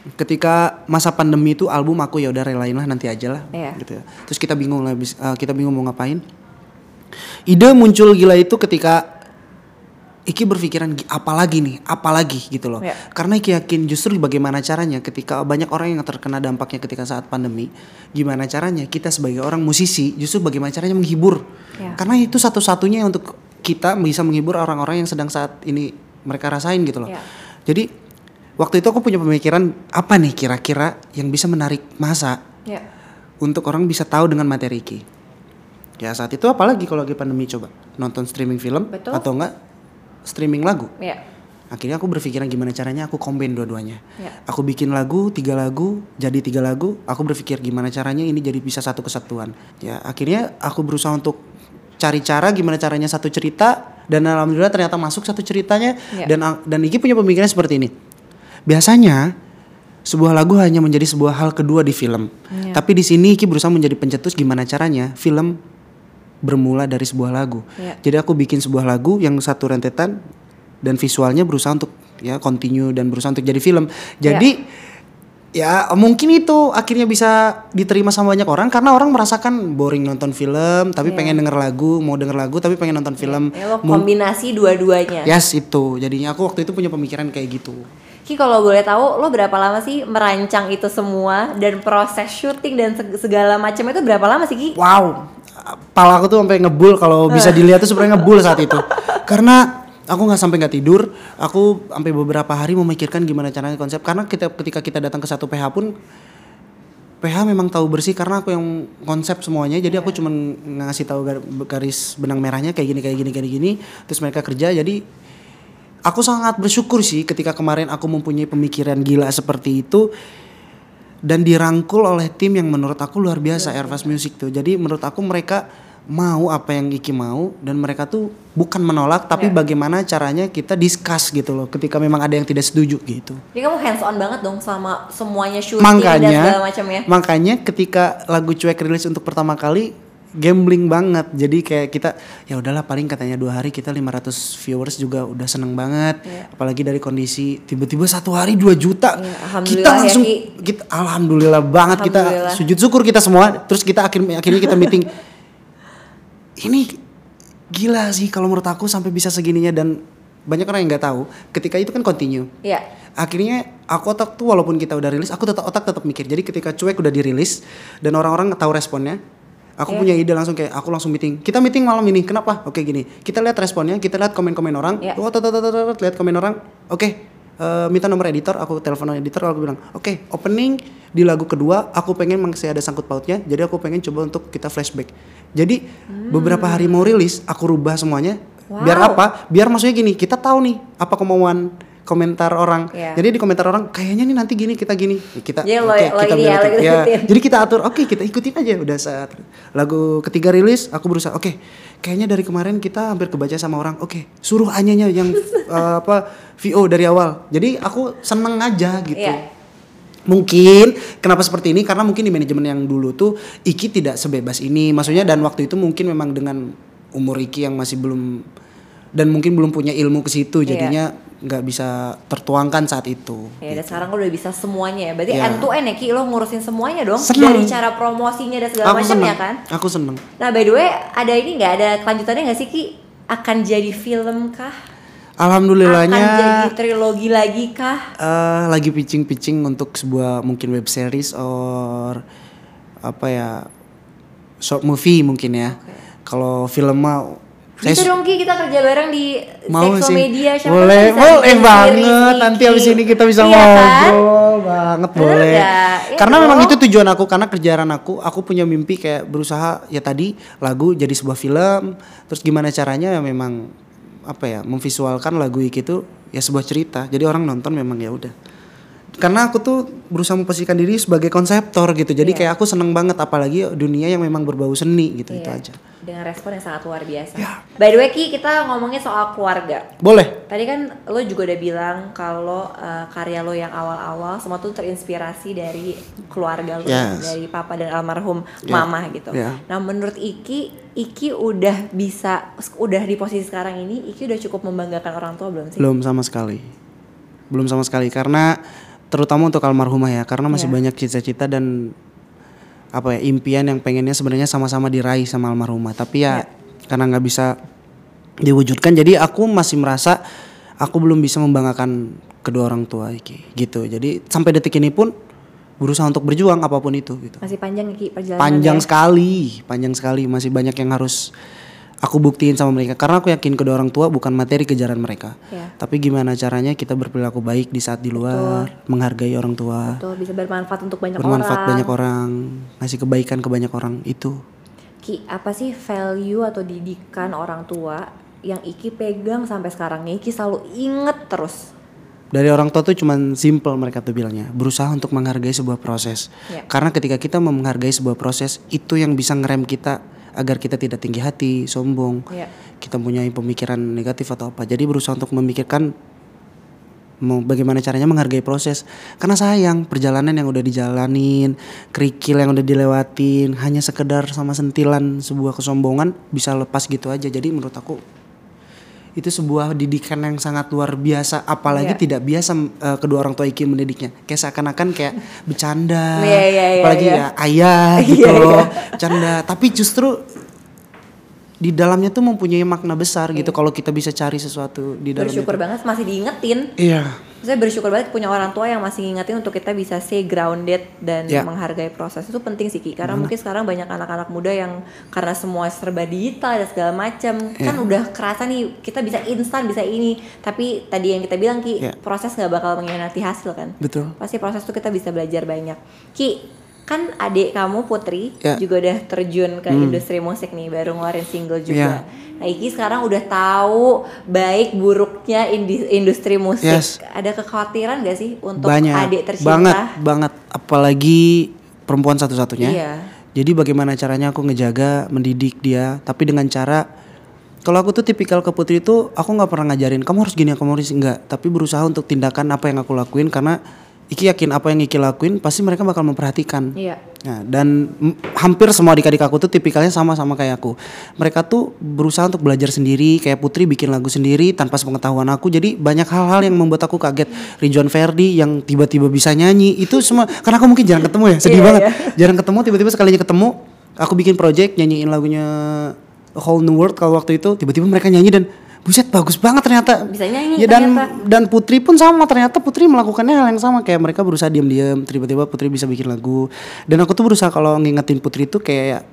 ketika masa pandemi itu album aku ya udah relain lah nanti aja lah yeah. gitu ya. Terus kita bingung lah uh, kita bingung mau ngapain. Ide muncul gila itu ketika Iki berpikiran apa lagi nih, apa lagi gitu loh. Yeah. Karena Iki yakin justru bagaimana caranya ketika banyak orang yang terkena dampaknya ketika saat pandemi, gimana caranya kita sebagai orang musisi justru bagaimana caranya menghibur. Yeah. Karena itu satu-satunya untuk kita bisa menghibur orang-orang yang sedang saat ini mereka rasain gitu loh. Yeah. Jadi waktu itu aku punya pemikiran apa nih kira-kira yang bisa menarik massa yeah. untuk orang bisa tahu dengan materi Iki. Ya saat itu apalagi kalau lagi pandemi coba nonton streaming film. Betul. Atau enggak streaming lagu. Yeah. Akhirnya aku berpikiran gimana caranya aku combine dua-duanya. Yeah. Aku bikin lagu, tiga lagu, jadi tiga lagu. Aku berpikir gimana caranya ini jadi bisa satu kesatuan. Ya akhirnya aku berusaha untuk cari cara gimana caranya satu cerita. Dan alhamdulillah ternyata masuk satu ceritanya. Yeah. Dan dan Iki punya pemikiran seperti ini. Biasanya sebuah lagu hanya menjadi sebuah hal kedua di film. Yeah. Tapi di sini Iki berusaha menjadi pencetus gimana caranya film bermula dari sebuah lagu. Yeah. Jadi aku bikin sebuah lagu yang satu rentetan dan visualnya berusaha untuk ya continue dan berusaha untuk jadi film. Jadi yeah. ya mungkin itu akhirnya bisa diterima sama banyak orang karena orang merasakan boring nonton film tapi yeah. pengen denger lagu, mau denger lagu tapi pengen nonton film. Ya, lo kombinasi M- dua-duanya. Yes, itu. Jadinya aku waktu itu punya pemikiran kayak gitu. Ki kalau boleh tahu lo berapa lama sih merancang itu semua dan proses syuting dan segala macam itu berapa lama sih Ki? Wow. Pala aku tuh sampai ngebul kalau bisa dilihat tuh sebenarnya ngebul saat itu. Karena aku nggak sampai nggak tidur, aku sampai beberapa hari memikirkan gimana caranya konsep. Karena kita ketika kita datang ke satu P H pun P H memang tahu bersih karena aku yang konsep semuanya. Jadi aku cuma ngasih tahu garis benang merahnya kayak gini kayak gini kayak gini. Terus mereka kerja. Jadi aku sangat bersyukur sih ketika kemarin aku mempunyai pemikiran gila seperti itu. Dan dirangkul oleh tim yang menurut aku luar biasa, Airfast Music tuh. Jadi menurut aku mereka mau apa yang Iki mau dan mereka tuh bukan menolak tapi yeah. bagaimana caranya kita discuss gitu loh ketika memang ada yang tidak setuju gitu. Jadi kamu hands on banget dong sama semuanya syuting makanya, dan segala macamnya. Makanya ketika lagu Cuek rilis untuk pertama kali gambling banget. Jadi kayak kita ya udahlah paling katanya dua hari kita lima ratus viewers juga udah seneng banget. Yeah. Apalagi dari kondisi tiba-tiba satu hari dua juta. Yeah, kita langsung ya, kita alhamdulillah banget alhamdulillah. Kita sujud syukur kita semua. Terus kita akhirnya akhirnya kita meeting. Ini gila sih kalau menurut aku sampai bisa segininya dan banyak orang yang nggak tahu. Ketika itu kan continue. Iya. Yeah. Akhirnya aku otak tuh walaupun kita udah rilis, aku tetap otak tetap mikir. Jadi ketika Cuek udah dirilis dan orang-orang tahu responnya. Aku yeah. punya ide langsung kayak aku langsung meeting. Kita meeting malam ini. Kenapa? Oke gini. Kita lihat responnya, kita lihat komen-komen orang. Yeah. Oh, lihat komen orang. Oke, uh, minta nomor editor. Aku telepon editor. Aku bilang, oke, okay, opening di lagu kedua. Aku pengen masih ada sangkut pautnya. Jadi aku pengen coba untuk kita flashback. Jadi hmm. beberapa hari mau rilis, aku rubah semuanya. Wow. Biar apa? Biar maksudnya gini. Kita tahu nih apa kemauan komentar orang. Yeah. Jadi di komentar orang kayaknya nih nanti gini kita gini. Kita yeah, oke okay, kita ya, ya. Jadi kita atur oke okay, kita ikutin aja udah saat lagu ketiga rilis aku berusaha oke okay, kayaknya dari kemarin kita hampir kebaca sama orang. Oke, okay, suruh Anyanya yang uh, apa V O dari awal. Jadi aku seneng aja gitu. Yeah. Mungkin kenapa seperti ini karena mungkin di manajemen yang dulu tuh Iki tidak sebebas ini. Maksudnya dan waktu itu mungkin memang dengan umur Iki yang masih belum dan mungkin belum punya ilmu ke situ jadinya nggak yeah. bisa tertuangkan saat itu. Ya, gitu. Dan sekarang lo udah bisa semuanya ya. Berarti yeah. end to end ya Ki, lo ngurusin semuanya dong. Seneng. Dari cara promosinya dan segala macam ya kan. Aku seneng. Nah by the way ada ini nggak ada kelanjutannya nggak sih Ki? Akan jadi film kah? Alhamdulillahnya. Akan jadi trilogi lagi kah? Uh, lagi pitching-pitching untuk sebuah mungkin web series or apa ya short movie mungkin ya. Okay. Kalau film mah bisa dong Ki kita kerja bareng di Sexo Media siapa boleh boleh banget nanti abis ini kita bisa iya, ngobrol kan? Banget boleh ya, karena ya memang itu tujuan aku karena kerjaan aku aku punya mimpi kayak berusaha ya tadi lagu jadi sebuah film terus gimana caranya ya memang apa ya memvisualkan lagu itu ya sebuah cerita jadi orang nonton memang ya udah karena aku tuh berusaha memposisikan diri sebagai konseptor gitu jadi yeah. kayak aku seneng banget apalagi dunia yang memang berbau seni gitu yeah. itu aja dengan respon yang sangat luar biasa. Yeah. By the way Ki kita ngomongin soal keluarga. Boleh. Tadi kan lo juga udah bilang kalau uh, karya lo yang awal-awal semua tuh terinspirasi dari keluarga lo yes. dari papa dan almarhum yeah. mama gitu. Yeah. Nah menurut Iki Iki udah bisa udah di posisi sekarang ini Iki udah cukup membanggakan orang tua belum sih? Belum sama sekali. Belum sama sekali karena terutama untuk almarhumah ya, karena masih Yeah. banyak cita-cita dan apa ya impian yang pengennya sebenarnya sama-sama diraih sama almarhumah, tapi ya Yeah. karena nggak bisa diwujudkan, jadi aku masih merasa aku belum bisa membanggakan kedua orang tua Iki gitu. Jadi sampai detik ini pun berusaha untuk berjuang apapun itu gitu. Masih panjang ya Ki perjalanan. Panjang ya? sekali, panjang sekali, masih banyak yang harus aku buktiin sama mereka, karena aku yakin kedua orang tua bukan materi kejaran mereka, Ya. tapi gimana caranya kita berperilaku baik di saat di luar, menghargai orang tua, Betul, bisa bermanfaat untuk banyak bermanfaat orang. banyak orang, ngasih kebaikan ke banyak orang itu. Ki, apa sih value atau didikan orang tua yang Iki pegang sampai sekarang nih Iki selalu inget terus? Dari orang tua tuh cuman simple, mereka tuh bilangnya berusaha untuk menghargai sebuah proses. Ya. Karena ketika kita mau menghargai sebuah proses, itu yang bisa ngerem kita agar kita tidak tinggi hati, sombong, Ya. kita punya pemikiran negatif atau apa. Jadi berusaha untuk memikirkan mau bagaimana caranya menghargai proses. Karena sayang perjalanan yang udah dijalanin, kerikil yang udah dilewatin, hanya sekedar sama sentilan sebuah kesombongan bisa lepas gitu aja. Jadi menurut aku itu sebuah didikan yang sangat luar biasa, apalagi Iya. tidak biasa uh, kedua orang tua Iki mendidiknya, kayak seakan-akan kayak bercanda, Iya, iya, iya, apalagi iya. ya ayah gitu Iya, loh, iya. bercanda, tapi justru di dalamnya tuh mempunyai makna besar gitu kalau kita bisa cari sesuatu di dalamnya. Bersyukur tuh. banget masih diingetin. Iya. Saya bersyukur banget punya orang tua yang masih ngingetin untuk kita bisa stay grounded dan Ya. menghargai proses. Itu penting sih Ki, karena mungkin sekarang banyak anak-anak muda yang karena semua serba digital dan segala macam, kan udah kerasa nih kita bisa instan, bisa ini. Tapi tadi yang kita bilang Ki, Ya. proses nggak bakal mengkhianati hasil kan. Betul. Pasti proses tuh kita bisa belajar banyak. Ki, kan adik kamu Putri Ya. juga udah terjun ke industri musik nih, baru ngeluarin single juga. Ya. Nah Iki sekarang udah tahu baik buruknya indi- industri musik. Yes. Ada kekhawatiran gak sih untuk Banyak adik tercinta? banget banget, apalagi perempuan satu-satunya. Iya. Jadi bagaimana caranya aku ngejaga, mendidik dia, tapi dengan cara, kalau aku tuh tipikal ke Putri itu aku nggak pernah ngajarin kamu harus gini, kamu harus enggak, tapi berusaha untuk tindakan apa yang aku lakuin, karena Iki yakin apa yang Iki lakuin pasti mereka bakal memperhatikan. Iya. Nah, dan m- hampir semua adik-adik aku tuh tipikalnya sama-sama kayak aku. Mereka tuh berusaha untuk belajar sendiri, kayak Putri bikin lagu sendiri tanpa sepengetahuan aku. Jadi banyak hal-hal yang membuat aku kaget. Ridwan Ferdi yang tiba-tiba bisa nyanyi, itu semua karena aku mungkin jarang ketemu ya, sedih Iya, banget. iya. Jarang ketemu, tiba-tiba sekalinya ketemu, aku bikin project nyanyiin lagunya A Whole New World kalau waktu itu, tiba-tiba mereka nyanyi dan buset bagus banget ternyata. Bisa nyanyi Ya, dan ternyata. dan Putri pun sama, ternyata Putri melakukannya hal yang sama, kayak mereka berusaha diam-diam, tiba-tiba Putri bisa bikin lagu. Dan aku tuh berusaha kalau ngingetin Putri tuh kayak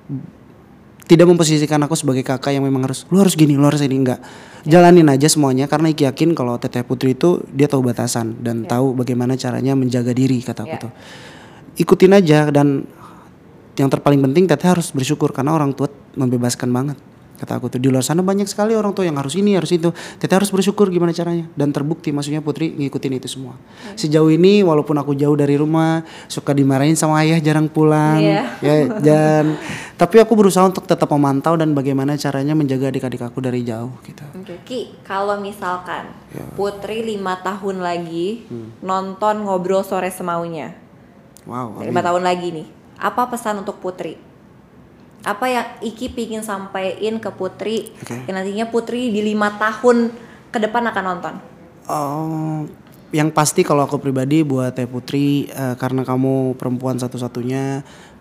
tidak memposisikan aku sebagai kakak yang memang harus lu harus gini, lu harus ini, enggak. Jalanin aja semuanya, karena Iki yakin kalau Teteh Putri itu dia tahu batasan dan tahu bagaimana caranya menjaga diri, kata aku Ya. tuh. Ikutin aja, dan yang terpaling penting Teteh harus bersyukur karena orang tua membebaskan banget. Kata aku tuh di luar sana banyak sekali orang tua yang harus ini, harus itu. Teteh harus bersyukur gimana caranya, dan terbukti maksudnya Putri ngikutin itu semua. Sejauh ini walaupun aku jauh dari rumah, suka dimarahin sama ayah, jarang pulang. Iya. Ya, dan tapi aku berusaha untuk tetap memantau dan bagaimana caranya menjaga adik-adik aku dari jauh gitu. Oke, Ki, kalau misalkan Ya. Putri lima tahun lagi Hmm. nonton Ngobrol Sore Semaunya, Wow. lima tahun lagi nih, apa pesan untuk Putri? Apa yang Iki pingin sampaikan ke Putri Oke. yang nantinya Putri di lima tahun ke depan akan nonton? Oh, yang pasti kalau aku pribadi buat Teh Putri, eh, karena kamu perempuan satu-satunya,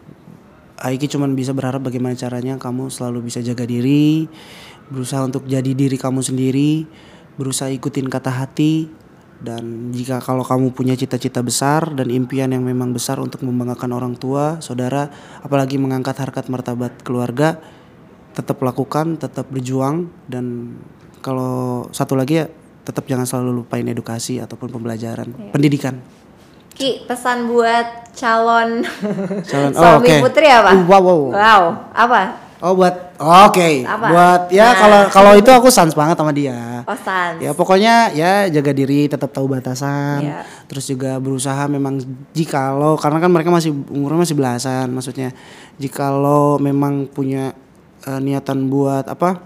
Aiki cuman bisa berharap bagaimana caranya kamu selalu bisa jaga diri, berusaha untuk jadi diri kamu sendiri, berusaha ikutin kata hati. Dan jika kalau kamu punya cita-cita besar dan impian yang memang besar untuk membanggakan orang tua, saudara, apalagi mengangkat harkat martabat keluarga, tetap lakukan, tetap berjuang. Dan kalau satu lagi ya, tetap jangan selalu lupain edukasi ataupun pembelajaran, pendidikan. Ki, pesan buat calon, Calon- oh, suami oke. Putri apa? Uh, wow, wow. Wow, apa? Oh buat, oke, Apa? buat ya Nah. kalau kalau itu aku sans banget sama dia. Oh, sans. Ya pokoknya ya jaga diri, tetap tahu batasan. Iya. Terus juga berusaha memang jikalau, karena kan mereka masih umurnya masih belasan, maksudnya jikalau memang punya eh, niatan buat apa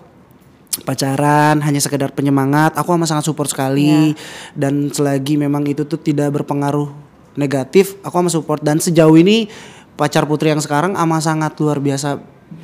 pacaran hanya sekedar penyemangat, aku amat sangat support sekali. Dan selagi memang itu tuh tidak berpengaruh negatif, aku amat support. Dan sejauh ini pacar Putri yang sekarang amat sangat luar biasa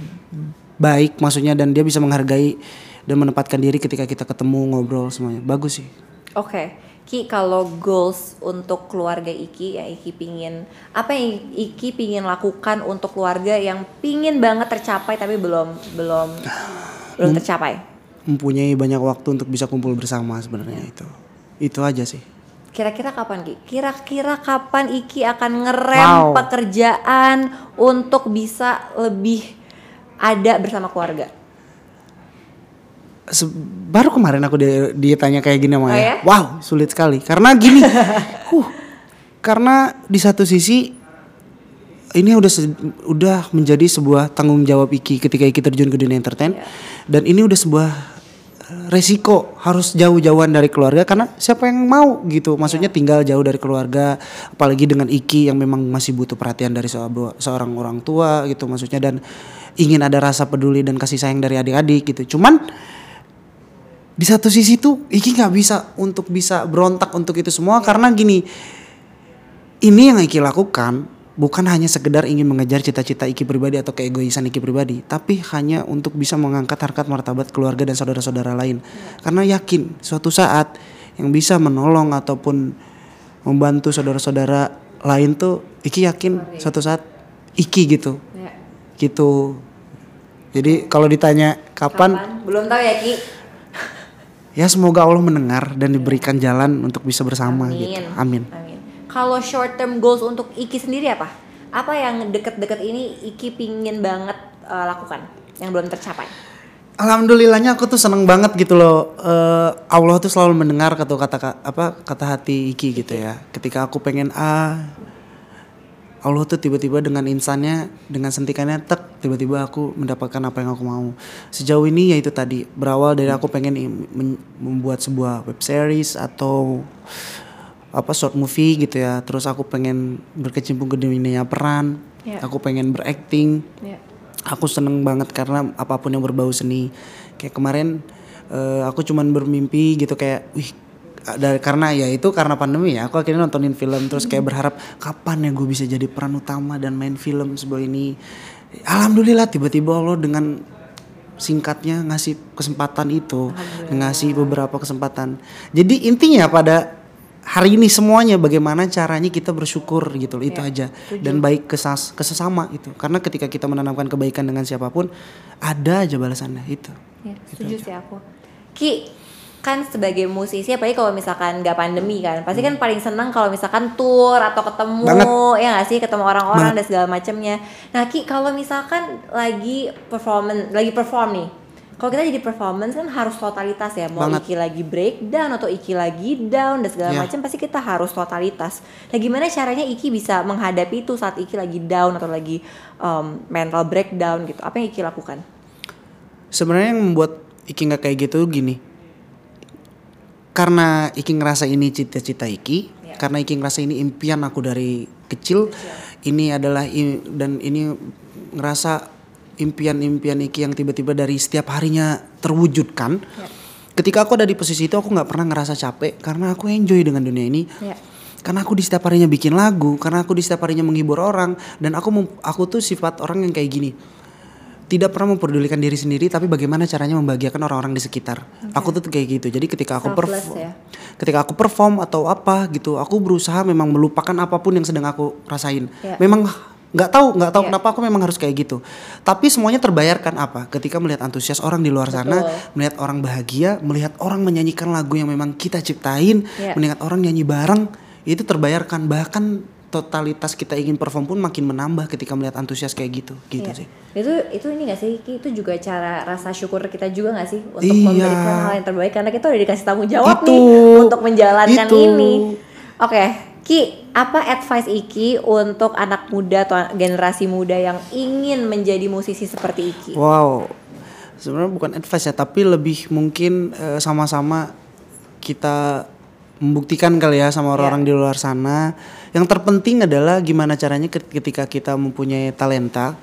baik, maksudnya, dan dia bisa menghargai dan menempatkan diri ketika kita ketemu ngobrol semuanya. Bagus sih. Oke, Ki, kalau goals untuk keluarga Iki, ya Iki pingin apa yang Iki pingin lakukan untuk keluarga yang pingin banget tercapai tapi belum belum belum tercapai? Mempunyai banyak waktu untuk bisa kumpul bersama sebenarnya itu. Itu aja sih. Kira-kira kapan Ki? Kira-kira kapan Iki akan ngerem Wow. pekerjaan untuk bisa lebih ada bersama keluarga? Se- baru kemarin aku di- ditanya kayak gini Oh sama ya? Wow, sulit sekali. Karena gini, huh, karena di satu sisi ini udah se- udah menjadi sebuah tanggung jawab Iki ketika Iki terjun ke dunia entertain, Yeah. dan ini udah sebuah eh, resiko harus jauh-jauhan dari keluarga karena siapa yang mau gitu. Maksudnya Yeah. tinggal jauh dari keluarga, apalagi dengan Iki yang memang masih butuh perhatian dari sebuah- seorang orang tua gitu maksudnya, dan ingin ada rasa peduli dan kasih sayang dari adik-adik gitu. Cuman di satu sisi tuh Iki nggak bisa untuk bisa berontak untuk itu semua karena gini, ini yang Iki lakukan bukan hanya sekedar ingin mengejar cita-cita Iki pribadi atau keegoisan Iki pribadi, tapi hanya untuk bisa mengangkat harkat martabat keluarga dan saudara-saudara lain. Karena yakin suatu saat yang bisa menolong ataupun membantu saudara-saudara lain tuh Iki yakin suatu saat Iki gitu. Ya. Gitu. Jadi kalau ditanya kapan, Kapan? Belum tahu ya Ki. ya semoga Allah mendengar dan diberikan jalan untuk bisa bersama Amin. gitu. Amin. Amin. Kalau short term goals untuk Iki sendiri apa? Apa yang deket-deket ini Iki pingin banget uh, lakukan yang belum tercapai? Alhamdulillahnya aku tuh seneng banget gitu loh. Eh, Allah tuh selalu mendengar kata kata apa kata hati Iki gitu ya. Ketika aku pengen A, Allah tuh tiba-tiba dengan insannya, dengan sentikannya tek, tiba-tiba aku mendapatkan apa yang aku mau. Sejauh ini ya itu tadi berawal dari aku pengen im- men- membuat sebuah web series atau apa short movie gitu ya. Terus aku pengen berkecimpung ke dunia peran. Ya. Aku pengen berakting. Ya. Aku seneng banget karena apapun yang berbau seni. Kayak kemarin eh, aku cuman bermimpi gitu kayak wih, dari karena ya itu karena pandemi ya, aku akhirnya nontonin film terus kayak berharap kapan ya gue bisa jadi peran utama dan main film sebuah ini. Alhamdulillah tiba-tiba Allah dengan singkatnya ngasih kesempatan itu, ngasih beberapa kesempatan. Jadi intinya pada hari ini semuanya bagaimana caranya kita bersyukur gitu loh, itu Ya, aja. setuju. Dan baik kesas ke sesama itu. Karena ketika kita menanamkan kebaikan dengan siapapun, ada aja balasannya itu. Ya, setuju sih aku. Ki, kan sebagai musisi apalagi kalau misalkan nggak pandemi kan, pasti kan paling seneng kalau misalkan tour atau ketemu, Banget. ya nggak sih, ketemu orang-orang Banget. dan segala macamnya. Nah Ki, kalau misalkan lagi performance, lagi perform nih, kalau kita jadi performance kan harus totalitas ya, mau Banget. Iki lagi breakdown atau Iki lagi down dan segala Ya. macam, pasti kita harus totalitas. Nah gimana caranya Iki bisa menghadapi itu saat Iki lagi down atau lagi um, mental breakdown gitu? Apa yang Iki lakukan? Sebenarnya yang membuat Iki nggak kayak gitu gini. Karena Iki ngerasa ini cita-cita Iki, Ya. karena Iki ngerasa ini impian aku dari kecil, ini adalah i- dan ini ngerasa impian-impian Iki yang tiba-tiba dari setiap harinya terwujudkan. Ya. Ketika aku ada di posisi itu aku nggak pernah ngerasa capek karena aku enjoy dengan dunia ini. Ya. Karena aku di setiap harinya bikin lagu, karena aku di setiap harinya menghibur orang, dan aku mem- aku tuh sifat orang yang kayak gini. Tidak pernah memperdulikan diri sendiri, tapi bagaimana caranya membahagiakan orang-orang di sekitar. Aku tuh kayak gitu. Jadi ketika aku Selfless perform, ya. ketika aku perform atau apa gitu, aku berusaha memang melupakan apapun yang sedang aku rasain. Ya. Memang nggak tahu, nggak tahu Ya. kenapa aku memang harus kayak gitu. Tapi semuanya terbayarkan apa? Ketika melihat antusias orang di luar sana, Betul. melihat orang bahagia, melihat orang menyanyikan lagu yang memang kita ciptain, Ya. melihat orang nyanyi bareng, itu terbayarkan. Bahkan totalitas kita ingin perform pun makin menambah ketika melihat antusias kayak gitu, gitu Iya. sih. Itu itu ini gak sih Ki? Itu juga cara rasa syukur kita juga gak sih untuk Iya. memberikan hal yang terbaik karena kita udah dikasih tanggung jawab Itu. nih untuk menjalankan Itu. ini. Oke, Ki, apa advice Iki untuk anak muda atau generasi muda yang ingin menjadi musisi seperti Iki? Wow, sebenarnya bukan advice ya, tapi lebih mungkin eh, sama-sama kita membuktikan kali ya sama orang-orang Ya. di luar sana. Yang terpenting adalah gimana caranya ketika kita mempunyai talenta,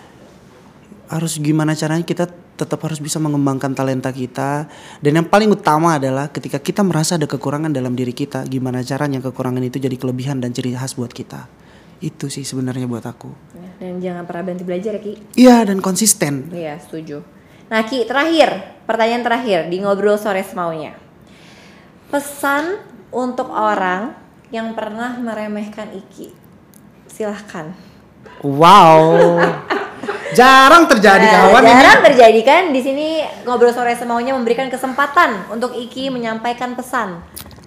harus gimana caranya kita tetap harus bisa mengembangkan talenta kita. Dan yang paling utama adalah ketika kita merasa ada kekurangan dalam diri kita, gimana caranya kekurangan itu jadi kelebihan dan ciri khas buat kita. Itu sih sebenarnya buat aku. Dan jangan pernah berhenti belajar ya Ki. Iya, dan konsisten. Iya, setuju. Nah Ki, terakhir, pertanyaan terakhir di Ngobrol Sore Semaunya. Pesan untuk orang yang pernah meremehkan Iki. Silahkan. Wow. Jarang terjadi Nah, kawan jarang ini. terjadi kan di sini ngobrol sore semaunya memberikan kesempatan untuk Iki menyampaikan pesan.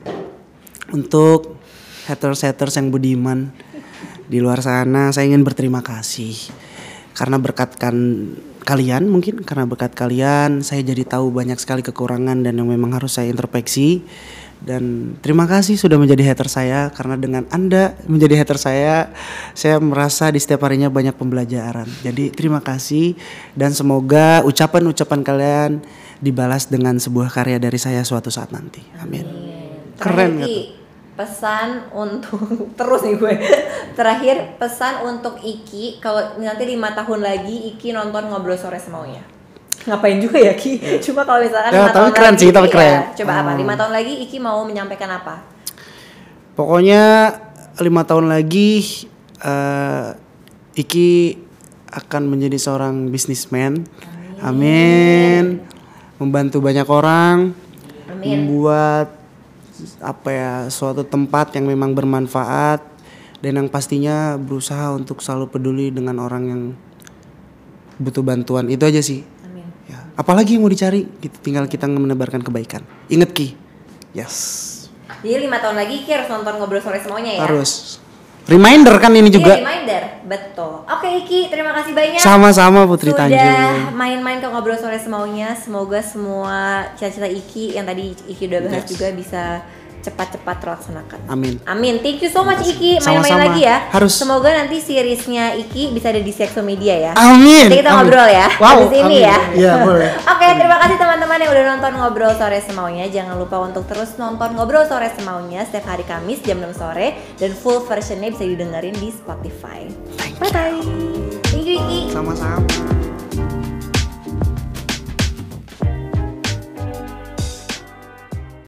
Untuk haters-haters yang budiman di luar sana, saya ingin berterima kasih karena berkat kan kalian, mungkin karena berkat kalian saya jadi tahu banyak sekali kekurangan dan yang memang harus saya introspeksi. Dan terima kasih sudah menjadi hater saya, karena dengan Anda menjadi hater saya, saya merasa di setiap harinya banyak pembelajaran. Jadi terima kasih dan semoga ucapan-ucapan kalian dibalas dengan sebuah karya dari saya suatu saat nanti. Amin. Keren Terakhir, Ki, pesan untuk terus nih gue. Terakhir pesan untuk Iki kalau nanti lima tahun lagi Iki nonton ngobrol sore semaunya. Ngapain juga ya Ki? Cuma kalau misalkan Ya, lima tapi tahun keren lagi, sih, tapi keren. ya, coba apa? Hmm. lima tahun lagi Iki mau menyampaikan apa? Pokoknya lima tahun lagi uh, Iki akan menjadi seorang bisnismen. Amin. Amin. Membantu banyak orang. Amin. Membuat apa ya, suatu tempat yang memang bermanfaat dan yang pastinya berusaha untuk selalu peduli dengan orang yang butuh bantuan. Itu aja sih. Amin. Ya, apalagi yang mau dicari? Gitu, tinggal kita menebarkan kebaikan. Ingat Ki. Yes. Jadi lima tahun lagi Ki harus nonton ngobrol sore semaunya ya? Harus. Reminder kan ini juga. Iya, reminder, betul. Oke Iki, terima kasih banyak. Sama-sama Putri Sudah Tanjung. main-main ke ngobrol sore semaunya. Semoga semua cita-cita Iki yang tadi Iki udah bahas Yes. juga bisa cepat-cepat terlaksanakan. Amin. Amin. Thank you so much Iki. Main-main Sama-sama. lagi ya. Harus. Semoga nanti seriesnya Iki bisa ada di Sexo Media ya. Amin. Nanti kita Amin. ngobrol ya. Wow, Habis ini amin. ya. Iya, boleh. Oke, terima kasih teman-teman yang udah nonton ngobrol sore semaunya. Jangan lupa untuk terus nonton ngobrol sore semaunya setiap hari Kamis jam enam sore dan full versionnya bisa didengerin di Spotify. Bye bye. Thank you Iki. Sama-sama.